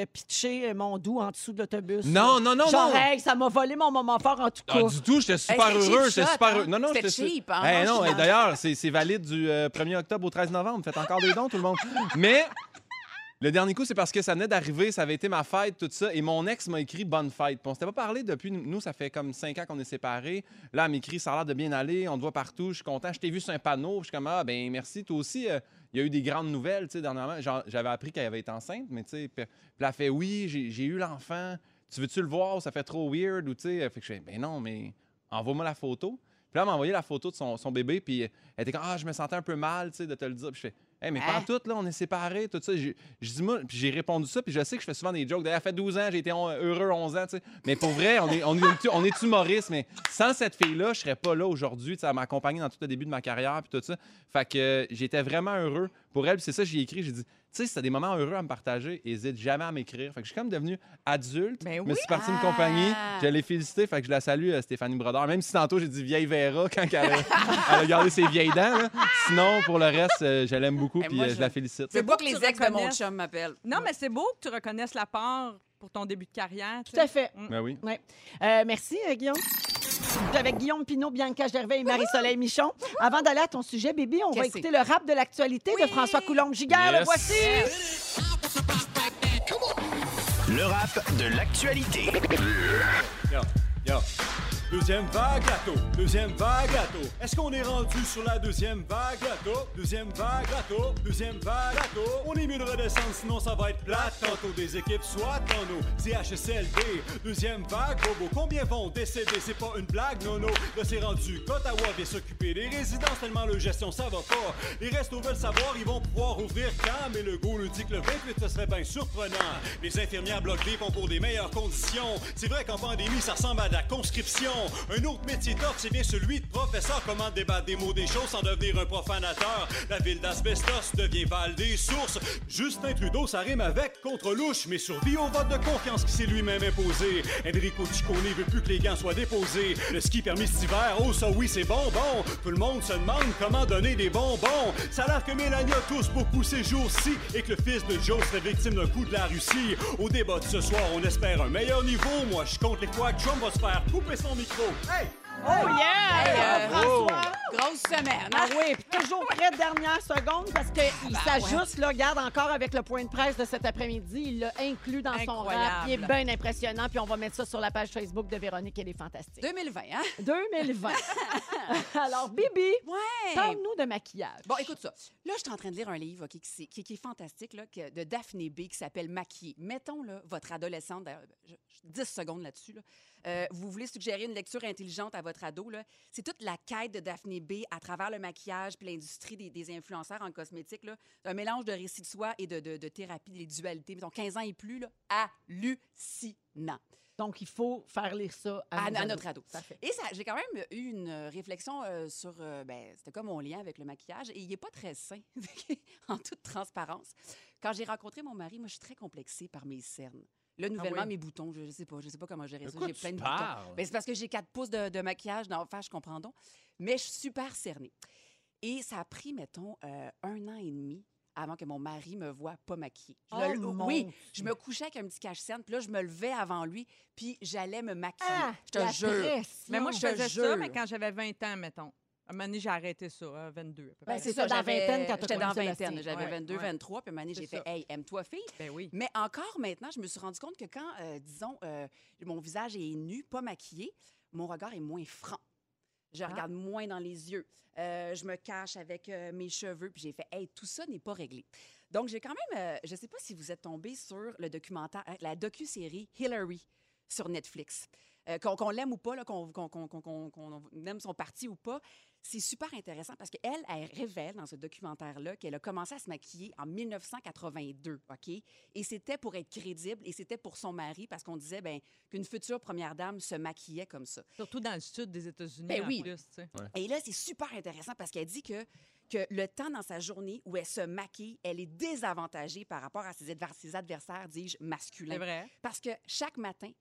pitché mon doux en dessous de l'autobus. Non, non, non, Genre, non. hey, ça m'a volé mon moment fort en tout cas. Ah, du tout, j'étais super Hey, c'était heureux. cheap J'étais shot, super hein? heureux. Non, non, C'était j'étais su- cheap, hein? Eh Non, non, je- et d'ailleurs, c'est c'est valide du euh, premier octobre au treize novembre. Faites encore des dons, tout le monde. Mais le dernier coup, c'est parce que ça venait d'arriver, ça avait été ma fête, tout ça. Et mon ex m'a écrit bonne fête. Puis on s'était pas parlé depuis. Nous, ça fait comme cinq ans qu'on est séparés. Là, elle m'écrit ça a l'air de bien aller, on te voit partout, je suis content. Je t'ai vu sur un panneau. Je suis comme, ah, ben merci, toi aussi. euh, Il y a eu des grandes nouvelles, tu sais, dernièrement. Genre, j'avais appris qu'elle avait été enceinte, mais tu sais, puis puis elle a fait, oui, j'ai j'ai eu l'enfant. Tu veux-tu le voir? Ça fait trop weird, ou tu sais. Fait que je fais, ben non, mais envoie-moi la photo. Puis là, elle m'a envoyé la photo de son, son bébé, puis elle était comme, ah, je me sentais un peu mal, tu sais, de te le dire. Puis je fais, hey, mais Hein? pas tout, là, on est séparés, tout ça. J'ai- Je dis, moi, puis j'ai répondu ça, puis je sais que je fais souvent des jokes. D'ailleurs, ça fait douze ans, j'ai été on- heureux onze ans, tu sais. Mais pour vrai, on est, on est, on est humoristes, mais sans cette fille-là, je serais pas là aujourd'hui, tu sais, elle m'a accompagné dans tout le début de ma carrière, puis tout ça. Fait que euh, j'étais vraiment heureux pour elle, puis c'est ça, j'ai écrit, j'ai dit, tu sais, si t'as des moments heureux à me partager, hésite jamais à m'écrire. Fait que je suis comme devenu adulte. Ben Je me oui. suis parti une Ah. compagnie. Je l'ai félicité. Fait que je la salue, euh, Stéphanie Brodeur. Même si tantôt, j'ai dit vieille Vera quand elle a, elle a gardé ses vieilles dents. Là. Sinon, pour le reste, euh, je l'aime beaucoup Eh, puis moi, euh, je je- la félicite. C'est beau pas que que les tu ex de mon reconnaisses. chum m'appellent. Non, mais c'est beau que tu reconnaisses la part pour ton début de carrière. tu Tout à sais. fait. Ben oui. Ouais. Euh, merci, euh, Guillaume. Avec Guillaume Pinot, Bianca Gervais et Marie-Soleil Michon. Avant d'aller à ton sujet, bébé, on va Qu'est-ce écouter le rap de l'actualité de François Coulombe-Giguère. Le Yes. voici! Le rap de l'actualité. Yo, yo. Deuxième vague gâteau, deuxième vague gâteau. Est-ce qu'on est rendu sur la deuxième vague gâteau? Deuxième vague gâteau, deuxième vague gâteau. On est mieux de redescendre, sinon ça va être plate. Tantôt des équipes, soit en eau, C H S L D. Deuxième vague, bobo. Combien vont décéder? C'est pas une blague, non, non. Là, c'est rendu qu'Ottawa vient s'occuper des résidences tellement leur gestion, ça va pas. Les restos veulent savoir, ils vont pouvoir ouvrir quand? Mais le go nous dit que le vingt-huit, ce serait bien surprenant. Les infirmières bloc V vont pour des meilleures conditions. C'est vrai qu'en pandémie, ça ressemble à de la conscription. Un autre métier top, c'est bien celui de professeur. Comment débattre des mots des choses sans devenir un profanateur? La ville d'Asbestos devient Val des Sources. Justin Trudeau, ça rime avec contre louche, mais survit au vote de confiance qui s'est lui-même imposé. Enrico Ciccone veut plus que les gants soient déposés. Le ski permis cet hiver, oh ça oui, c'est bon, bon. Tout le monde se demande comment donner des bonbons. Ça a l'air que Mélania tousse beaucoup ces jours-ci et que le fils de Joe serait victime d'un coup de la Russie. Au débat de ce soir, on espère un meilleur niveau. Moi, je compte les fois que Trump va se faire couper son micro. Hey! Oh yeah! Hey, euh, François! Grosse semaine. Ah hein? oui, puis toujours près de dernière seconde parce qu'il Ben s'ajuste, là, regarde encore avec le point de presse de cet après-midi. Il l'a inclus dans son rap. Incroyable. Il est bien impressionnant. Puis on va mettre ça sur la page Facebook de Véronique. Elle est fantastique. deux mille vingt, hein? deux mille vingt. Alors, Bibi, Ouais. parle-nous de maquillage. Bon, écoute ça. Là, je suis en train de lire un livre ok, qui, c'est- qui- qui est fantastique, là, que- de Daphné B, qui s'appelle Maquiller. Mettons, là, votre adolescente, d'ailleurs, je- je- dix secondes là-dessus, là. Euh, vous voulez suggérer une lecture intelligente à votre ado, là. C'est toute la quête de Daphné B à travers le maquillage puis l'industrie des, des influenceurs en cosmétique, là. Un mélange de récits de soi et de, de, de thérapie des dualités. Mettons, quinze ans et plus, là, hallucinant. Donc, il faut faire lire ça à, À, nos à ados. notre ado. Parfait. Et ça, j'ai quand même eu une euh, réflexion euh, sur, euh, ben, c'était comme mon lien avec le maquillage, et il n'est pas très sain, en toute transparence. Quand j'ai rencontré mon mari, moi, je suis très complexée par mes cernes. Là, nouvellement, oui? mes boutons, je ne sais pas, je sais pas comment gérer De ça. quoi J'ai tu plein de parles? boutons. Ben, c'est parce que j'ai quatre pouces de, de maquillage d'en face, je comprends donc. Mais je suis super cernée. Et ça a pris, mettons, euh, un an et demi avant que mon mari me voie pas maquillée. Je Oh, le- mon oui, Dieu. je me couchais avec un petit cache-cerne, puis là, je me levais avant lui, puis j'allais me maquiller. Ah, je te la jure. pression. Mais moi, je Je te faisais ça, jure. mais quand j'avais vingt ans, mettons. À un moment donné, j'ai arrêté ça, à vingt-deux. À peu Ben, près. c'est ça, dans j'avais- vingtaine, quand t'as J'étais connu dans Sébastien. vingtaine. J'avais Ouais, vingt-deux, ouais. vingt-trois. Puis à un moment donné, j'ai C'est fait ça. « Hey, aime-toi, fille! Ben oui. » Mais encore maintenant, je me suis rendu compte que quand, euh, disons, euh, mon visage est nu, pas maquillé, mon regard est moins franc. Je regarde moins dans les yeux. Euh, je me cache avec euh, mes cheveux. Puis j'ai fait « Hey, tout ça n'est pas réglé. » Donc, j'ai quand même... euh, je ne sais pas si vous êtes tombé sur le documentaire, hein, la docu-série Hillary sur Netflix. Euh, qu'on qu'on l'aime ou pas, là, qu'on qu'on- qu'on- qu'on- qu'on- qu'on aime son parti ou pas, c'est super intéressant parce qu'elle, elle révèle dans ce documentaire-là qu'elle a commencé à se maquiller en mille neuf cent quatre-vingt-deux, OK? Et c'était pour être crédible et c'était pour son mari parce qu'on disait ben, qu'une future première dame se maquillait comme ça. Surtout dans le sud des États-Unis, Ben en oui. plus. tu sais. Et là, c'est super intéressant parce qu'elle dit que, que le temps dans sa journée où elle se maquille, elle est désavantagée par rapport à ses, adver- ses adversaires, dis-je, masculins. C'est vrai. Parce que chaque matin,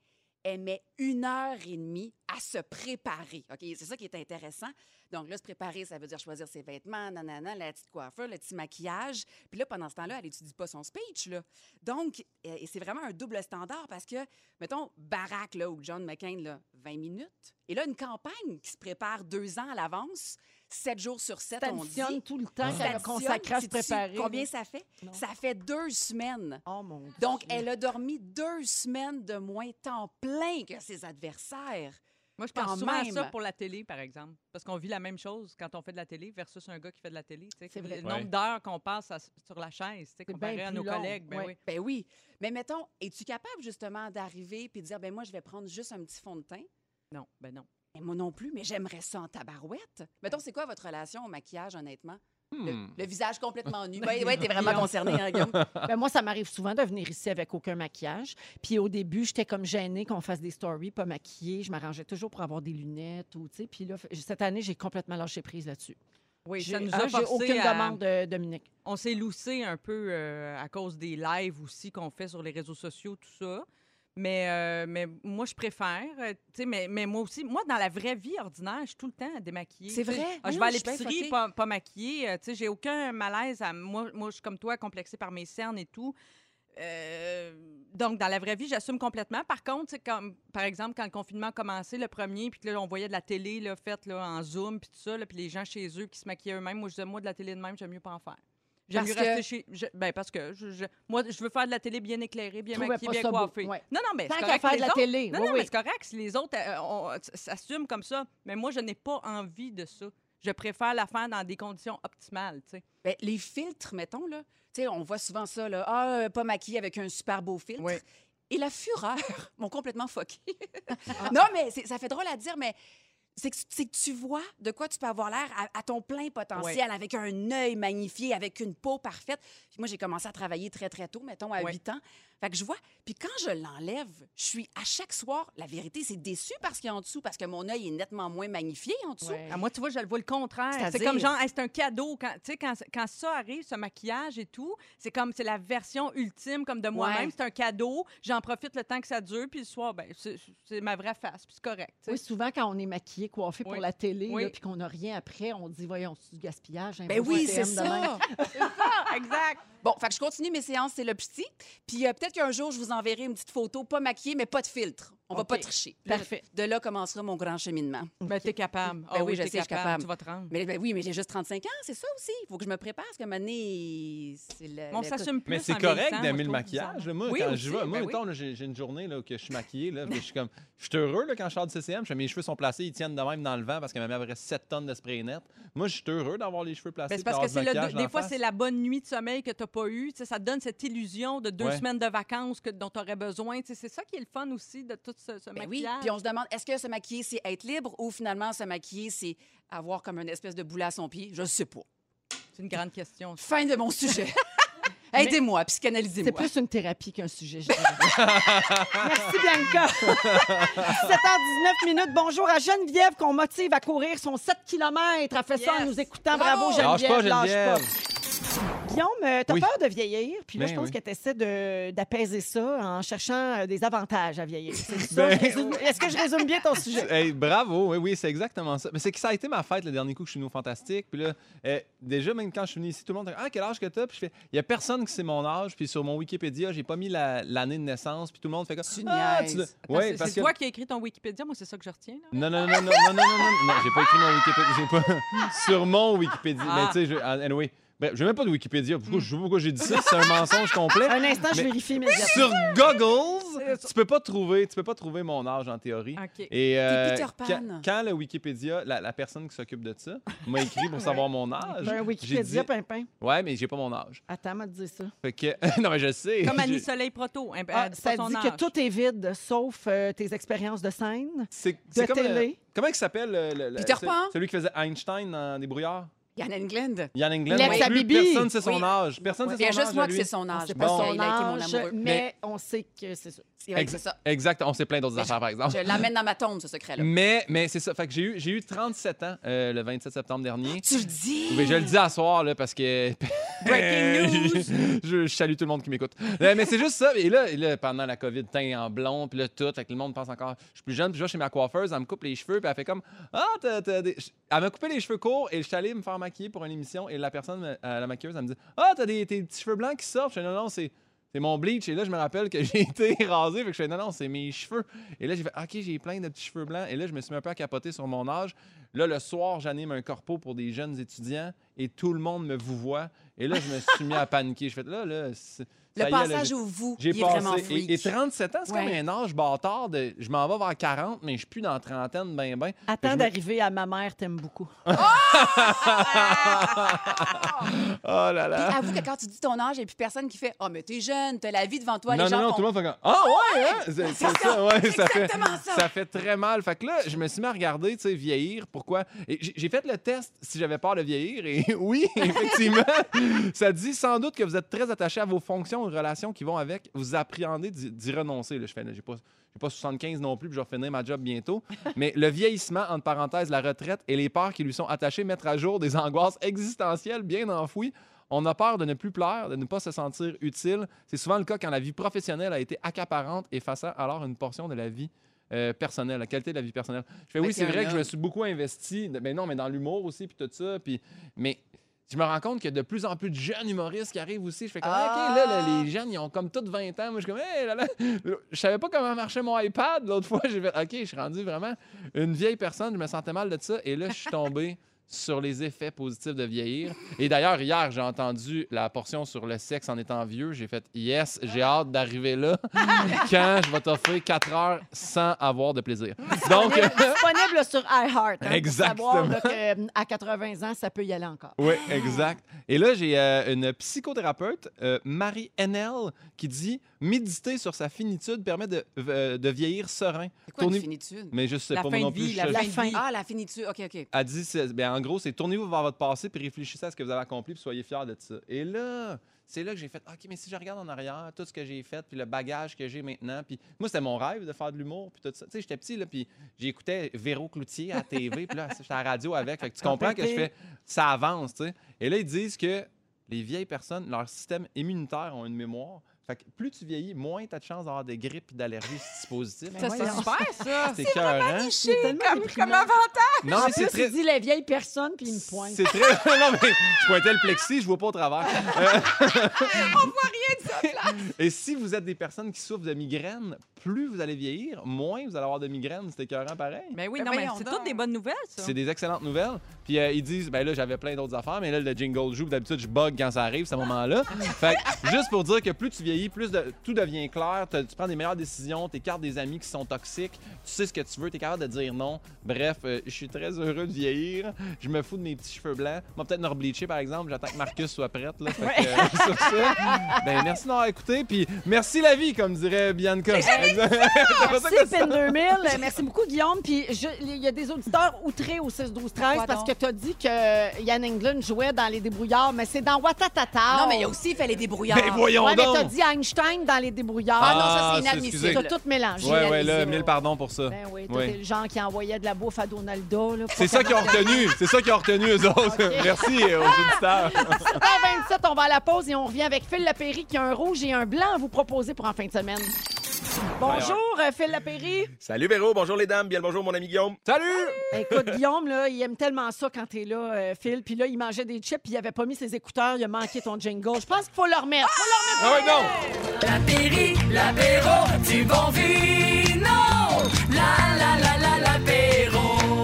elle met une heure et demie à se préparer. OK? C'est ça qui est intéressant. Donc là, se préparer, ça veut dire choisir ses vêtements, nanana, la petite coiffure, le petit maquillage. Puis là, pendant ce temps-là, elle n'étudie pas son speech, là. Donc, euh, et c'est vraiment un double standard parce que, mettons, Barack, là, ou John McCain, là, vingt minutes. Et là, une campagne qui se prépare deux ans à l'avance, sept jours sur sept, on dit. T'additionnes tout le temps Ça qu'elle a additionne. consacré à se Sais-tu préparer. Combien là? ça fait? Non. Ça fait deux semaines. Oh mon Dieu. Donc, elle a dormi deux semaines de moins temps plein que ses adversaires. Moi, je Quand pense souvent même. à ça pour la télé, par exemple. Parce qu'on vit la même chose quand on fait de la télé versus un gars qui fait de la télé. tu sais. C'est vrai. Le Ouais. nombre d'heures qu'on passe à- sur la chaise, tu sais, comparé bien à plus nos long. collègues. Ben Ouais. oui. Ben oui. Mais mettons, es-tu capable justement d'arriver puis de dire, ben moi, je vais prendre juste un petit fond de teint? Non, ben non. Et moi non plus, mais j'aimerais ça en tabarouette. Mettons, c'est quoi votre relation au maquillage, honnêtement? Le, Hmm. le visage complètement nu. Oui, ouais, t'es vraiment concerné, hein, Guillaume? Ben, moi, ça m'arrive souvent de venir ici avec aucun maquillage. Puis au début, j'étais comme gênée qu'on fasse des stories pas maquillées. Je m'arrangeais toujours pour avoir des lunettes ou, tu sais. Puis là, f- cette année, j'ai complètement lâché prise là-dessus. Oui, J'ai ça nous ah, a j'ai forcé aucune à- demande de Dominique. On s'est loussé un peu euh, à cause des lives aussi qu'on fait sur les réseaux sociaux, tout ça. Mais, euh, mais moi, je préfère. euh, tu sais, mais, mais moi aussi, moi, dans la vraie vie ordinaire, je suis tout le temps démaquillée. C'est tu sais. vrai? Ah, je Voyons, vais à je suis bien l'épicerie, fuckée. pas, pas maquillée. euh, tu sais, j'ai aucun malaise. À, moi, moi, je suis comme toi, complexée par mes cernes et tout. Euh, donc, dans la vraie vie, j'assume complètement. Par contre, tu sais, comme, par exemple, quand le confinement a commencé, le premier, puis que là, on voyait de la télé là, faite là, en Zoom, puis tout ça, là, puis les gens chez eux qui se maquillaient eux-mêmes, moi, je disais, moi, de la télé de même, j'aime mieux pas en faire. J'aime Parce mieux rester que- chez... je- ben, parce que je, je- moi, je veux faire de la télé bien éclairée, bien Trouvais maquillée, pas bien ça beau, coiffée. ouais. Non, non, mais Tant c'est qu'à correct. faire les de la autres- télé, Non, oui, non, oui. mais c'est correct si les autres euh, on- s- s'assument comme ça. Mais moi, je n'ai pas envie de ça. Je préfère la faire dans des conditions optimales, tu sais. Ben, les filtres, mettons, là. Tu sais, on voit souvent ça, là. Ah, euh, pas maquillée avec un super beau filtre. Oui. Et la fureur m'ont complètement foqué. Non, mais c'est- ça fait drôle à dire, mais c'est que, c'est que tu vois de quoi tu peux avoir l'air à, à ton plein potentiel, avec un œil magnifié, avec une peau parfaite. Puis moi, j'ai commencé à travailler très, très tôt, mettons, à Ouais. huit ans. Fait que je vois. Puis quand je l'enlève, je suis à chaque soir, la vérité, c'est déçu parce qu'il y a en dessous, parce que mon œil est nettement moins magnifié en dessous. Ouais. À moi, tu vois, je le vois le contraire. C'est C'est-à-dire? comme genre, hey, c'est un cadeau. Quand, tu sais, quand, quand ça arrive, ce maquillage et tout, c'est comme, c'est la version ultime comme de moi-même. Ouais. C'est un cadeau. J'en profite le temps que ça dure. Puis le soir, ben, c'est c'est ma vraie face. Puis c'est correct. tu sais. Oui, souvent, quand on est maquillé, coiffé Oui. pour la télé, Oui. là, puis qu'on n'a rien après, on dit, voyons, c'est du gaspillage. un Ben beau oui, T M c'est de même. ça. Ah, exact. Bon, fait que je continue mes séances, c'est le petit. Puis euh, peut-être qu'un jour, je vous enverrai une petite photo, pas maquillée, mais pas de filtre. On va OK. pas tricher. Puis là, Parfait. De là commencera mon grand cheminement. Ben, t'es capable. Ben Ah oui, je t'es sais, je suis capable. Tu vas te rendre. Mais ben oui, mais j'ai juste trente-cinq ans, c'est ça aussi. Il faut que je me prépare, parce que maintenant, c'est le... On le- s'assume plus. Mais c'est en correct vieillissant, moi, d'aimer je le trouve, maquillage. bizarre. là. Moi, Oui, quand aussi, je vais, moi, ben mettons, oui. là, j'ai j'ai une journée là, que je suis maquillée, là, puis je suis comme, je suis heureux là, quand je sors du C C M. Je fais, mes cheveux sont placés, ils tiennent de même dans le vent parce que ma mère avait sept tonnes de spray net. Moi, je suis heureux d'avoir les cheveux placés. Ben, c'est puis parce que d'avoir c'est du le- maquillage des d'en fois, face. c'est la bonne nuit de sommeil que tu n'as pas eue. Tu sais, ça te donne cette illusion de deux Ouais. semaines de vacances que, dont tu aurais besoin. Tu sais, c'est ça qui est le fun aussi de tout ce, ce Ben oui, maquillage. puis on se demande, est-ce que se maquiller, c'est être libre ou finalement se maquiller, c'est avoir comme une espèce de boulet à son pied? Je sais pas. C'est une grande question. Fin de mon sujet. Aidez-moi, C'est psychanalysez-moi. plus une thérapie qu'un sujet, je dirais. Merci, Bianca. sept heures dix-neuf minutes. Bonjour à Geneviève qu'on motive à courir son sept kilomètres. Elle fait ça en Yes. nous écoutant. Bravo. Bravo, Lâche Geneviève. pas, Geneviève. Guillaume, euh, t'as Oui. peur de vieillir, puis là, Ben je pense oui. que tu essaies de- d'apaiser ça en cherchant euh, des avantages à vieillir. C'est ça? Ben- Je résume- Est-ce que je résume bien ton sujet? Hey, bravo, oui, oui, c'est exactement ça. Mais c'est que ça a été ma fête le dernier coup que je suis venu au Fantastique. Puis là, euh, déjà, même quand je suis venu ici, tout le monde dit ah, quel âge que t'as? Puis je fais il y a personne qui sait mon âge. Puis sur mon Wikipédia, j'ai pas mis la- l'année de naissance. Puis tout le monde fait comme Tu ah, niaises. l'as- Attends, Ouais, c'est parce c'est que. toi qui as écrit ton Wikipédia. Moi, c'est ça que je retiens. Là. Non, non, non, non, non, non, non, non, non, non, j'ai pas écrit mon Wikipédia. J'ai pas. Sur mon Wikipédia. Ah. Mais tu sais, je- anyway. Bref, j'ai même pas de Wikipédia. Pourquoi, Je sais pas pourquoi j'ai dit ça. C'est un mensonge complet. Un instant, je Mais- vérifie immédiatement. Sur Goggles, tu peux pas trouver, tu peux pas trouver mon âge en théorie. OK. Et euh, Peter Pan. quand, quand le Wikipédia, la, la personne qui s'occupe de ça, m'a écrit pour savoir mon âge, J'ai un j'ai Wikipédia, dit, Pimpin. ouais, mais j'ai pas mon âge. Attends, m'a dit ça. Fait que non, mais je sais. Comme Annie J'ai- Soleil Proto. hein, Ah, elle dit ça pas son dit âge. que tout est vide, sauf euh, tes expériences de scène. C'est de c'est comme télé. euh, comment il s'appelle le, le- le- Peter ce- Pan? celui qui faisait Einstein dans Des brouillards? Yann Englund. Yann Englund. L'ex non plus, Habibi. personne sait son Oui. âge. Personne Il sait y a son juste âge moi à que lui. c'est son On âge. sait parce pas Bon. son qu'il a été mon âge, amoureux. mais on sait que c'est ça. C'est vrai, Ex- c'est ça. Exact. On sait plein d'autres Mais affaires, par exemple. Je l'amène dans ma tombe, ce secret-là. Mais, mais c'est ça. Fait que j'ai eu, j'ai eu trente-sept ans euh, le vingt-sept septembre dernier. Tu le dis? Mais je le dis à soir là, parce que Breaking news! je, je salue tout le monde qui m'écoute. Euh, mais c'est juste ça. Et là, et là, pendant la COVID, teint en blond, puis là, tout, fait que le monde pense encore, je suis plus jeune, puis je vais chez ma coiffeuse, elle me coupe les cheveux, puis elle fait comme, ah, t'as, t'as des... Elle m'a coupé les cheveux courts, et je suis allé me faire maquiller pour une émission, et la personne, euh, la maquilleuse, elle me dit, ah, t'as des, tes petits cheveux blancs qui sortent. Je fais, non, non, c'est... C'est mon bleach. Et là, je me rappelle que j'ai été rasé. Fait que je fais, non, non, c'est mes cheveux. Et là, j'ai fait, OK, j'ai plein de petits cheveux blancs. Et là, je me suis mis un peu à capoter sur mon âge. Là, le soir, j'anime un corpo pour des jeunes étudiants et tout le monde me vous voit. Et là, je me suis mis à paniquer. Je fais, là, là, c'est... Le Ça y est, là, passage j'ai- au vous, J'ai il est vraiment passé. freak. Et, et trente-sept ans, c'est Ouais. comme un âge bâtard. De, je m'en vais vers quarante, mais je suis plus dans la trentaine, ben, ben. Attends Je me- d'arriver à ma mère, t'aime beaucoup. Oh là Puis là. avoue que quand tu dis ton âge, il n'y a plus personne qui fait « Ah, oh, mais t'es jeune, t'as la vie devant toi. » Non, Les gens non, non, font... tout le monde fait comme Ah, ouais, hein? C'est c'est C'est ça, ça, ouais, c'est ça fait, exactement ça. ça fait très mal. Fait que là, je me suis mis à regarder, tu sais, vieillir. Pourquoi? Et j'ai j'ai fait le test si j'avais peur de vieillir. Et oui, effectivement, ça dit sans doute que vous êtes très attaché à vos fonctions et relations qui vont avec. Vous appréhendez d'y d'y renoncer. Là, je fais, là, j'ai pas. J'ai pas soixante-quinze non plus, puis je vais finir ma job bientôt. Mais le vieillissement, entre parenthèses, la retraite et les peurs qui lui sont attachées mettent à jour des angoisses existentielles bien enfouies. On a peur de ne plus plaire, de ne pas se sentir utile. C'est souvent le cas quand la vie professionnelle a été accaparante, effaçant alors une portion de la vie euh, personnelle, la qualité de la vie personnelle. Je fais, Mais oui, t'es c'est un vrai que je me homme. suis beaucoup investi, mais non, mais dans l'humour aussi, puis tout ça. Puis, mais je me rends compte qu'il y a de plus en plus de jeunes humoristes qui arrivent aussi. Je fais comme, Ah! OK, là, là, les jeunes, ils ont comme tous vingt ans. Moi, je suis comme, hey, là, là. Je savais pas comment marchait mon iPad l'autre fois. J'ai fait, OK, je suis rendu vraiment une vieille personne. Je me sentais mal de ça. Et là, je suis tombé sur les effets positifs de vieillir. Et d'ailleurs, hier, j'ai entendu la portion sur le sexe en étant vieux. J'ai fait, yes, j'ai hâte d'arriver là quand je vais t'offrir quatre heures sans avoir de plaisir. Donc, Il est disponible sur iHeart. Hein, Exactement. Pour savoir là, qu'à quatre-vingts ans, ça peut y aller encore. oui, exact. Et là, j'ai euh, une psychothérapeute, euh, Marie Hennel, qui dit méditer sur sa finitude permet de, euh, de vieillir serein. C'est quoi Tournez- une finitude? Mais je sais La pas fin moi non de plus. vie, je- la je- La fin de fin. vie. Ah, la finitude. OK, OK. Elle dit, c'est- ben, en gros, c'est tournez-vous vers votre passé puis réfléchissez à ce que vous avez accompli puis soyez fiers de ça. Et là, c'est là que j'ai fait, OK, mais si je regarde en arrière, tout ce que j'ai fait puis le bagage que j'ai maintenant, puis moi, c'était mon rêve de faire de l'humour puis tout ça. Tu sais, j'étais petit, là, puis j'écoutais Véro Cloutier à la T V puis là, j'étais à la radio avec. Fait que tu comprends que je fais, ça avance, tu sais. Et là, ils disent que les vieilles personnes, leur système immunitaire ont une mémoire. Fait que plus tu vieillis, moins tu as de chances d'avoir des grippes et d'allergies dispositives. Ça, c'est super, ça! C'est écœurant. C'est tellement Comme, déprimant. comme avantage! Non, En mais c'est plus, très... il dit les vieilles personnes, puis il me pointe. C'est très. Non, mais je pointais le plexi, je vois pas au travers. Euh, On voit rien de ça! Et si vous êtes des personnes qui souffrent de migraines, plus vous allez vieillir, moins vous allez avoir de migraines. C'est écœurant pareil. Ben oui, Ben non, mais voyons c'est donc. toutes des bonnes nouvelles, ça. C'est des excellentes nouvelles. Puis euh, ils disent, ben là, j'avais plein d'autres affaires, mais là, le jingle joue. D'habitude, je bug quand ça arrive, ce moment-là. Fait que, juste pour dire que plus tu vieillis, plus de- tout devient clair. T'as- Tu prends des meilleures décisions, t'écartes des amis qui sont toxiques, tu sais ce que tu veux, t'es capable de dire non. Bref, euh, je suis très heureux de vieillir. Je me fous de mes petits cheveux blancs. Moi, peut-être me rebleacher, par exemple. J'attends que Marcus soit prête. Là. Fait que, euh, sur ça, ben, merci d'avoir écouté. Puis merci la vie, comme dirait Bianca. Exact. C'est pas ça que Merci, ça- Pin deux mille. Merci beaucoup, Guillaume. Puis je- il y a des auditeurs outrés au six douze treize Pourquoi parce donc? que tu as dit que Yann Englund jouait dans Les Débrouillards, mais c'est dans Watatata. Non, mais il y a aussi fait les débrouillards. Ben voyons Ouais, mais donc. t'as dit Einstein dans Les Débrouillards. Ah non, ça, Ah, c'est c'est- inadmissible. excusez. T'as tout mélangé. Ouais, ouais, là, Réalisé, mille pardons pour ça. Ben oui, toi, Oui. t'es le genre qui envoyait de la bouffe à Donaldo. là, pour C'est ça faire- qu'ils ont retenu. C'est ça qu'ils ont retenu, eux autres. Merci euh, aux auditeurs. sept heures vingt-sept, on va à la pause et on revient avec Phil Lapéry qui a un rouge et un blanc à vous proposer pour en fin de semaine. Bonjour, euh, Phil Lapéry. Salut Véro, bonjour les dames, bien le bonjour mon ami Guillaume. Salut! Écoute, Guillaume, là, il aime tellement ça quand t'es là, euh, Phil. Puis là, il mangeait des chips, puis il avait pas mis ses écouteurs, il a manqué ton jingle. Je pense qu'il faut le remettre. Faut le Ah remettre. ouais, non! L'apéri, l'apéro, du bon vino. La la la la l'apéro.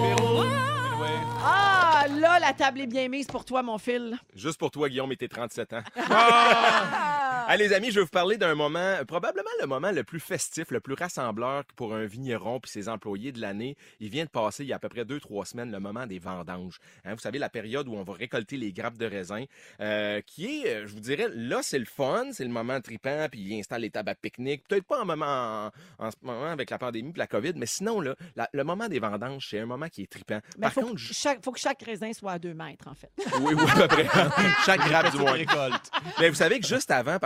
Ah, là, la table est bien mise pour toi, mon Phil. Juste pour toi Guillaume et tes trente-sept ans. Ah! Ah, les amis, je vais vous parler d'un moment, euh, probablement le moment le plus festif, le plus rassembleur pour un vigneron puis ses employés de l'année. Il vient de passer il y a à peu près deux, trois semaines, le moment des vendanges. Hein, vous savez, la période où on va récolter les grappes de raisin, euh, qui est, euh, je vous dirais, là, c'est le fun, c'est le moment trippant, puis il installe les tables à pique-nique. Peut-être pas en moment en, en ce moment avec la pandémie puis la COVID, mais sinon, là, la- le moment des vendanges, c'est un moment qui est trippant. Mais Par faut, contre, que je- chaque, faut que chaque raisin soit à deux mètres, en fait. oui, oui, à peu près. Chaque grappe du Tu moins. récoltes. Mais vous savez que juste avant, par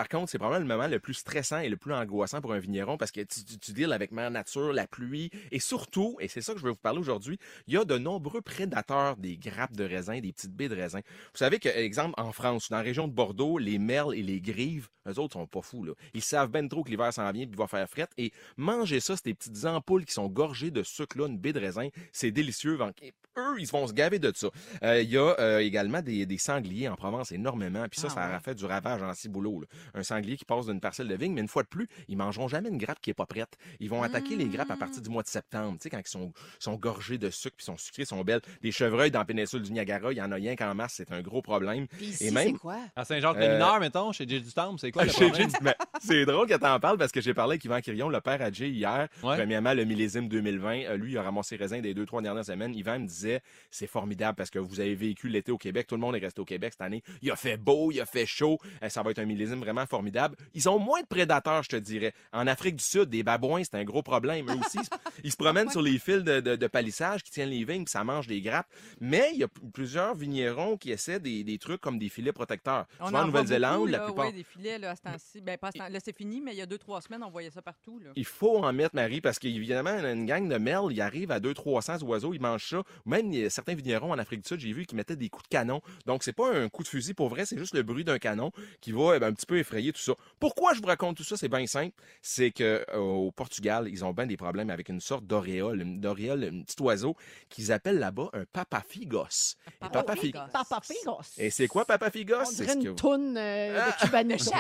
par contre, c'est probablement le moment le plus stressant et le plus angoissant pour un vigneron parce que tu, tu, tu deals avec mère nature, la pluie et surtout, et c'est ça que je vais vous parler aujourd'hui, il y a de nombreux prédateurs des grappes de raisin, des petites baies de raisin. Vous savez que, exemple, en France, dans la région de Bordeaux, les merles et les grives, eux autres sont pas fous, là. Ils savent ben trop que l'hiver s'en vient puis il va faire frette et manger ça, ces petites ampoules qui sont gorgées de sucre, là, une baie de raisin, c'est délicieux. Eux, ils vont se gaver de ça. Il euh, y a euh, également des, des sangliers en Provence, énormément. Puis ça, ah, ça ouais. a fait du ravage en ciboulot. Là. Un sanglier qui passe d'une parcelle de vigne, mais une fois de plus, ils mangeront jamais une grappe qui est pas prête. Ils vont attaquer mmh. les grappes à partir du mois de septembre. Tu sais, quand ils sont, sont gorgés de sucre puis sont sucrés, sont belles. Les chevreuils dans la péninsule du Niagara, il y en a rien qu'en masse. C'est un gros problème. Ici, et même c'est quoi? À Saint-Jacques-de-Mineur, euh... mettons, chez J du Temple, c'est quoi le problème? Mais, c'est drôle que t'en parles parce que j'ai parlé avec Yvan Quirion, le père à Jay, hier. Ouais. Premièrement, le millésime deux mille vingt. Euh, lui, il a ramassé raisin des deux, trois dernières semaines. Yvan me disait, c'est formidable parce que vous avez vécu l'été au Québec. Tout le monde est resté au Québec cette année. Il a fait beau, il a fait chaud. Ça va être un millésime vraiment formidable. Ils ont moins de prédateurs, je te dirais. En Afrique du Sud, des babouins, c'est un gros problème. Eux aussi, ils se promènent sur les fils de, de, de palissage qui tiennent les vignes puis ça mange des grappes. Mais il y a plusieurs vignerons qui essaient des, des trucs comme des filets protecteurs. On Souvent en Nouvelle-Zélande, la plupart... Oui, des filets là, à ce temps-ci. Ben, pas ce temps... Là, c'est fini, mais il y a deux, trois semaines, on voyait ça partout. Là. Il faut en mettre, Marie, parce qu'évidemment, une gang de merles, ils arrivent à deux cents à trois cents oiseaux, ils mangent ça. Même il y a certains vignerons en Afrique du Sud, j'ai vu, qui mettaient des coups de canon. Donc, c'est pas un coup de fusil pour vrai, c'est juste le bruit d'un canon qui va eh ben, un petit peu effrayer tout ça. Pourquoi je vous raconte tout ça? C'est bien simple. C'est que euh, au Portugal, ils ont bien des problèmes avec une sorte d'auréole, une auréole, un petit oiseau qu'ils appellent là-bas un papafigos. Papa papafigos. Papafigos. Et c'est quoi papafigos? On dirait une toune euh, de Cubanito.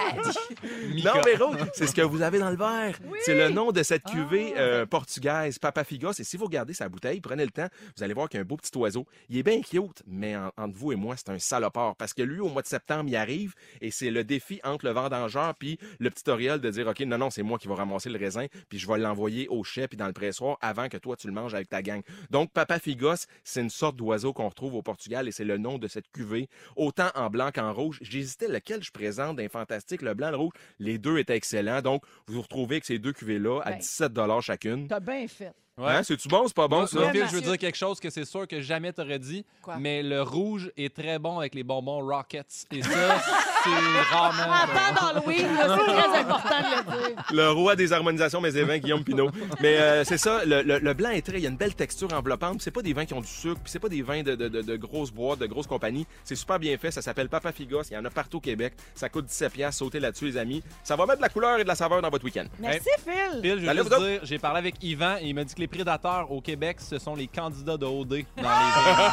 Non, mais Rose, c'est ce que vous avez dans le verre. Oui. C'est le nom de cette cuvée euh, portugaise, papafigos. Et si vous regardez sa bouteille, prenez le temps, vous allez voir qu'il y a un beau petit oiseau. Il est bien cute, mais en, entre vous et moi, c'est un salopard. Parce que lui, au mois de septembre, il arrive et c'est le défi entre le vendangeur puis le petit auréole de dire, OK, non, non, c'est moi qui vais ramasser le raisin puis je vais l'envoyer au chai puis dans le pressoir avant que toi, tu le manges avec ta gang. Donc, papafigos, c'est une sorte d'oiseau qu'on retrouve au Portugal et c'est le nom de cette cuvée, autant en blanc qu'en rouge. J'hésitais lequel je présente d'un fantastique, le blanc, le rouge. Les deux étaient excellents. Donc, vous vous retrouvez avec ces deux cuvées-là à dix-sept dollars chacune. T'as bien fait. Ouais. Hein, c'est-tu bon, c'est pas bon, ça? Phil, je veux dire quelque chose que c'est sûr que jamais t'aurais dit, Quoi? Mais le rouge est très bon avec les bonbons Rockets. Et ça, c'est rarement... Attends d'Halloween, c'est très important de le dire. Le roi des harmonisations, mes vins, Guillaume Pinot. Mais euh, c'est ça, le, le, le blanc est très... Il y a une belle texture enveloppante. C'est pas des vins qui ont du sucre, puis c'est pas des vins de, de, de, de grosses boîtes, de grosses compagnies. C'est super bien fait, ça s'appelle Papafigos. Il y en a partout au Québec. Ça coûte dix-sept piastres. Sautez là-dessus, les amis. Ça va mettre de la couleur et de la saveur dans votre week-end. Merci, hey, Phil. Phil, je veux juste dire, j'ai parlé avec Yvan et il m'a dit que les prédateurs au Québec, ce sont les candidats de O D dans les villes.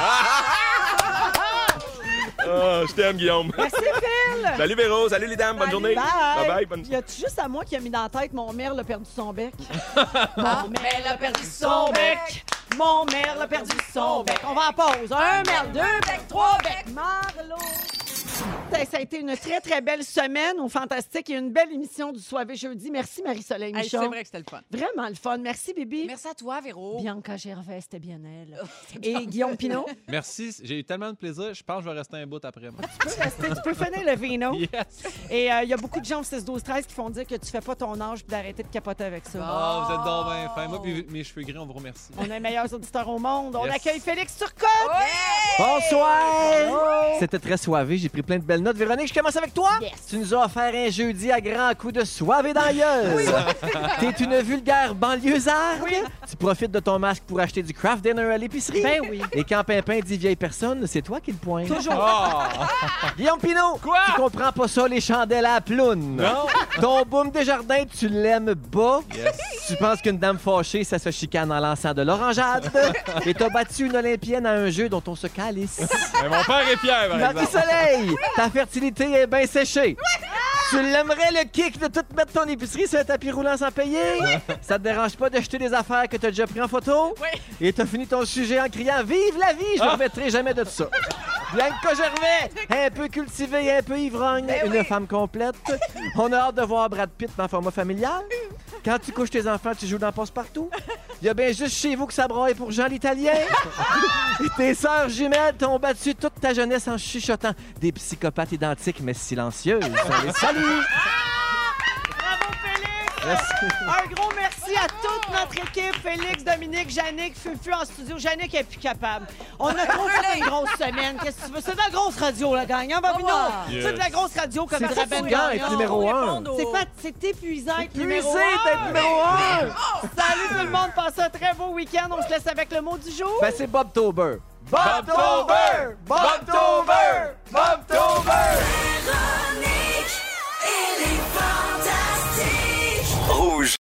Oh, je t'aime, Guillaume. Merci, Phil. Salut, Véro. Salut, les dames. Bonne journée. Bye. Bye, bye. Bonne... Y a-tu juste à moi qui a mis dans la tête mon merle a perdu son bec? Mon merle a perdu son bec. Mon merle a perdu son bec. On va en pause. Un merle, deux becs, trois becs. Marlo. Ça a été une très, très belle semaine au Fantastique et une belle émission du Soivé jeudi. Merci, Marie-Soleil Hey, Michon. c'est vrai que c'était le fun. Vraiment le fun. Merci, Bibi. Merci à toi, Véro. Bianca Gervais, c'était bien elle. Et Guillaume Pinot. Merci, j'ai eu tellement de plaisir. Je pense que je vais rester un bout après. Moi. Tu peux rester, tu peux finir le vino. Yes. Et il euh, y a beaucoup de gens au six douze treize qui font dire que tu fais pas ton âge puis d'arrêter de capoter avec ça. Oh, vous êtes donc bien fin. Moi puis mes cheveux gris, on vous remercie. On a les meilleurs auditeurs au monde. On Yes. accueille Félix Turcotte. Ouais! Bonsoir! C'était très soivé, j'ai pris plein de belles notes. Véronique, je commence avec toi. Yes. Tu nous as offert un jeudi à grands coups de soivé dans la gueule. Oui. T'es une vulgaire banlieusarde. Oui. Tu profites de ton masque pour acheter du craft dinner à l'épicerie. Ben oui. Et quand Pimpin dit vieille personne, c'est toi qui le pointe. Toujours. Oh! Guillaume Pinot, Quoi? Tu comprends pas ça, les chandelles à ploune. Non. Ton boom des jardins, tu l'aimes bas. Yes. Tu penses qu'une dame fâchée, ça se chicane en lançant de l'orangeade. Et t'as battu une Olympienne à un jeu dont on se calisse. Mais mon père est fier, par exemple. Marie-Soleil, ta fertilité est bien séchée. Tu l'aimerais le kick de tout mettre ton épicerie sur un tapis roulant sans payer? Ça te dérange pas de jeter des affaires que t'as déjà pris en photo? Oui. Et t'as fini ton sujet en criant « Vive la vie! » Je ne remettrai jamais de ça. Bianca Gervais, un peu cultivée, un peu ivrogne, Ben une oui. femme complète. On a hâte de voir Brad Pitt dans format familial. Quand tu couches tes enfants, tu joues dans Passe-Partout. Il y a bien juste chez vous que ça braille pour Jean l'Italien. Et tes sœurs jumelles t'ont battu toute ta jeunesse en chuchotant des psychopathes identiques mais silencieuses. On les salue! Bravo, Félix. Merci. Un gros merci à toute notre équipe. Félix, Dominique, Jannick, Fufu en studio. Jannick est plus capable. On a trop fait une grosse semaine. Qu'est-ce que tu veux? C'est de la grosse radio, la gang. Hein, Bobino? Yes. C'est de la grosse radio comme C'est dirait Ben fatigant Gagnon. être numéro un. C'est pas, c'est épuisant être numéro Épuisé un. d'être numéro un. Salut tout le monde. Passez un très beau week-end. On se laisse avec le mot du jour. Ben, c'est Bob Tober. Bob Tober! Bob Tober! Bob Tober!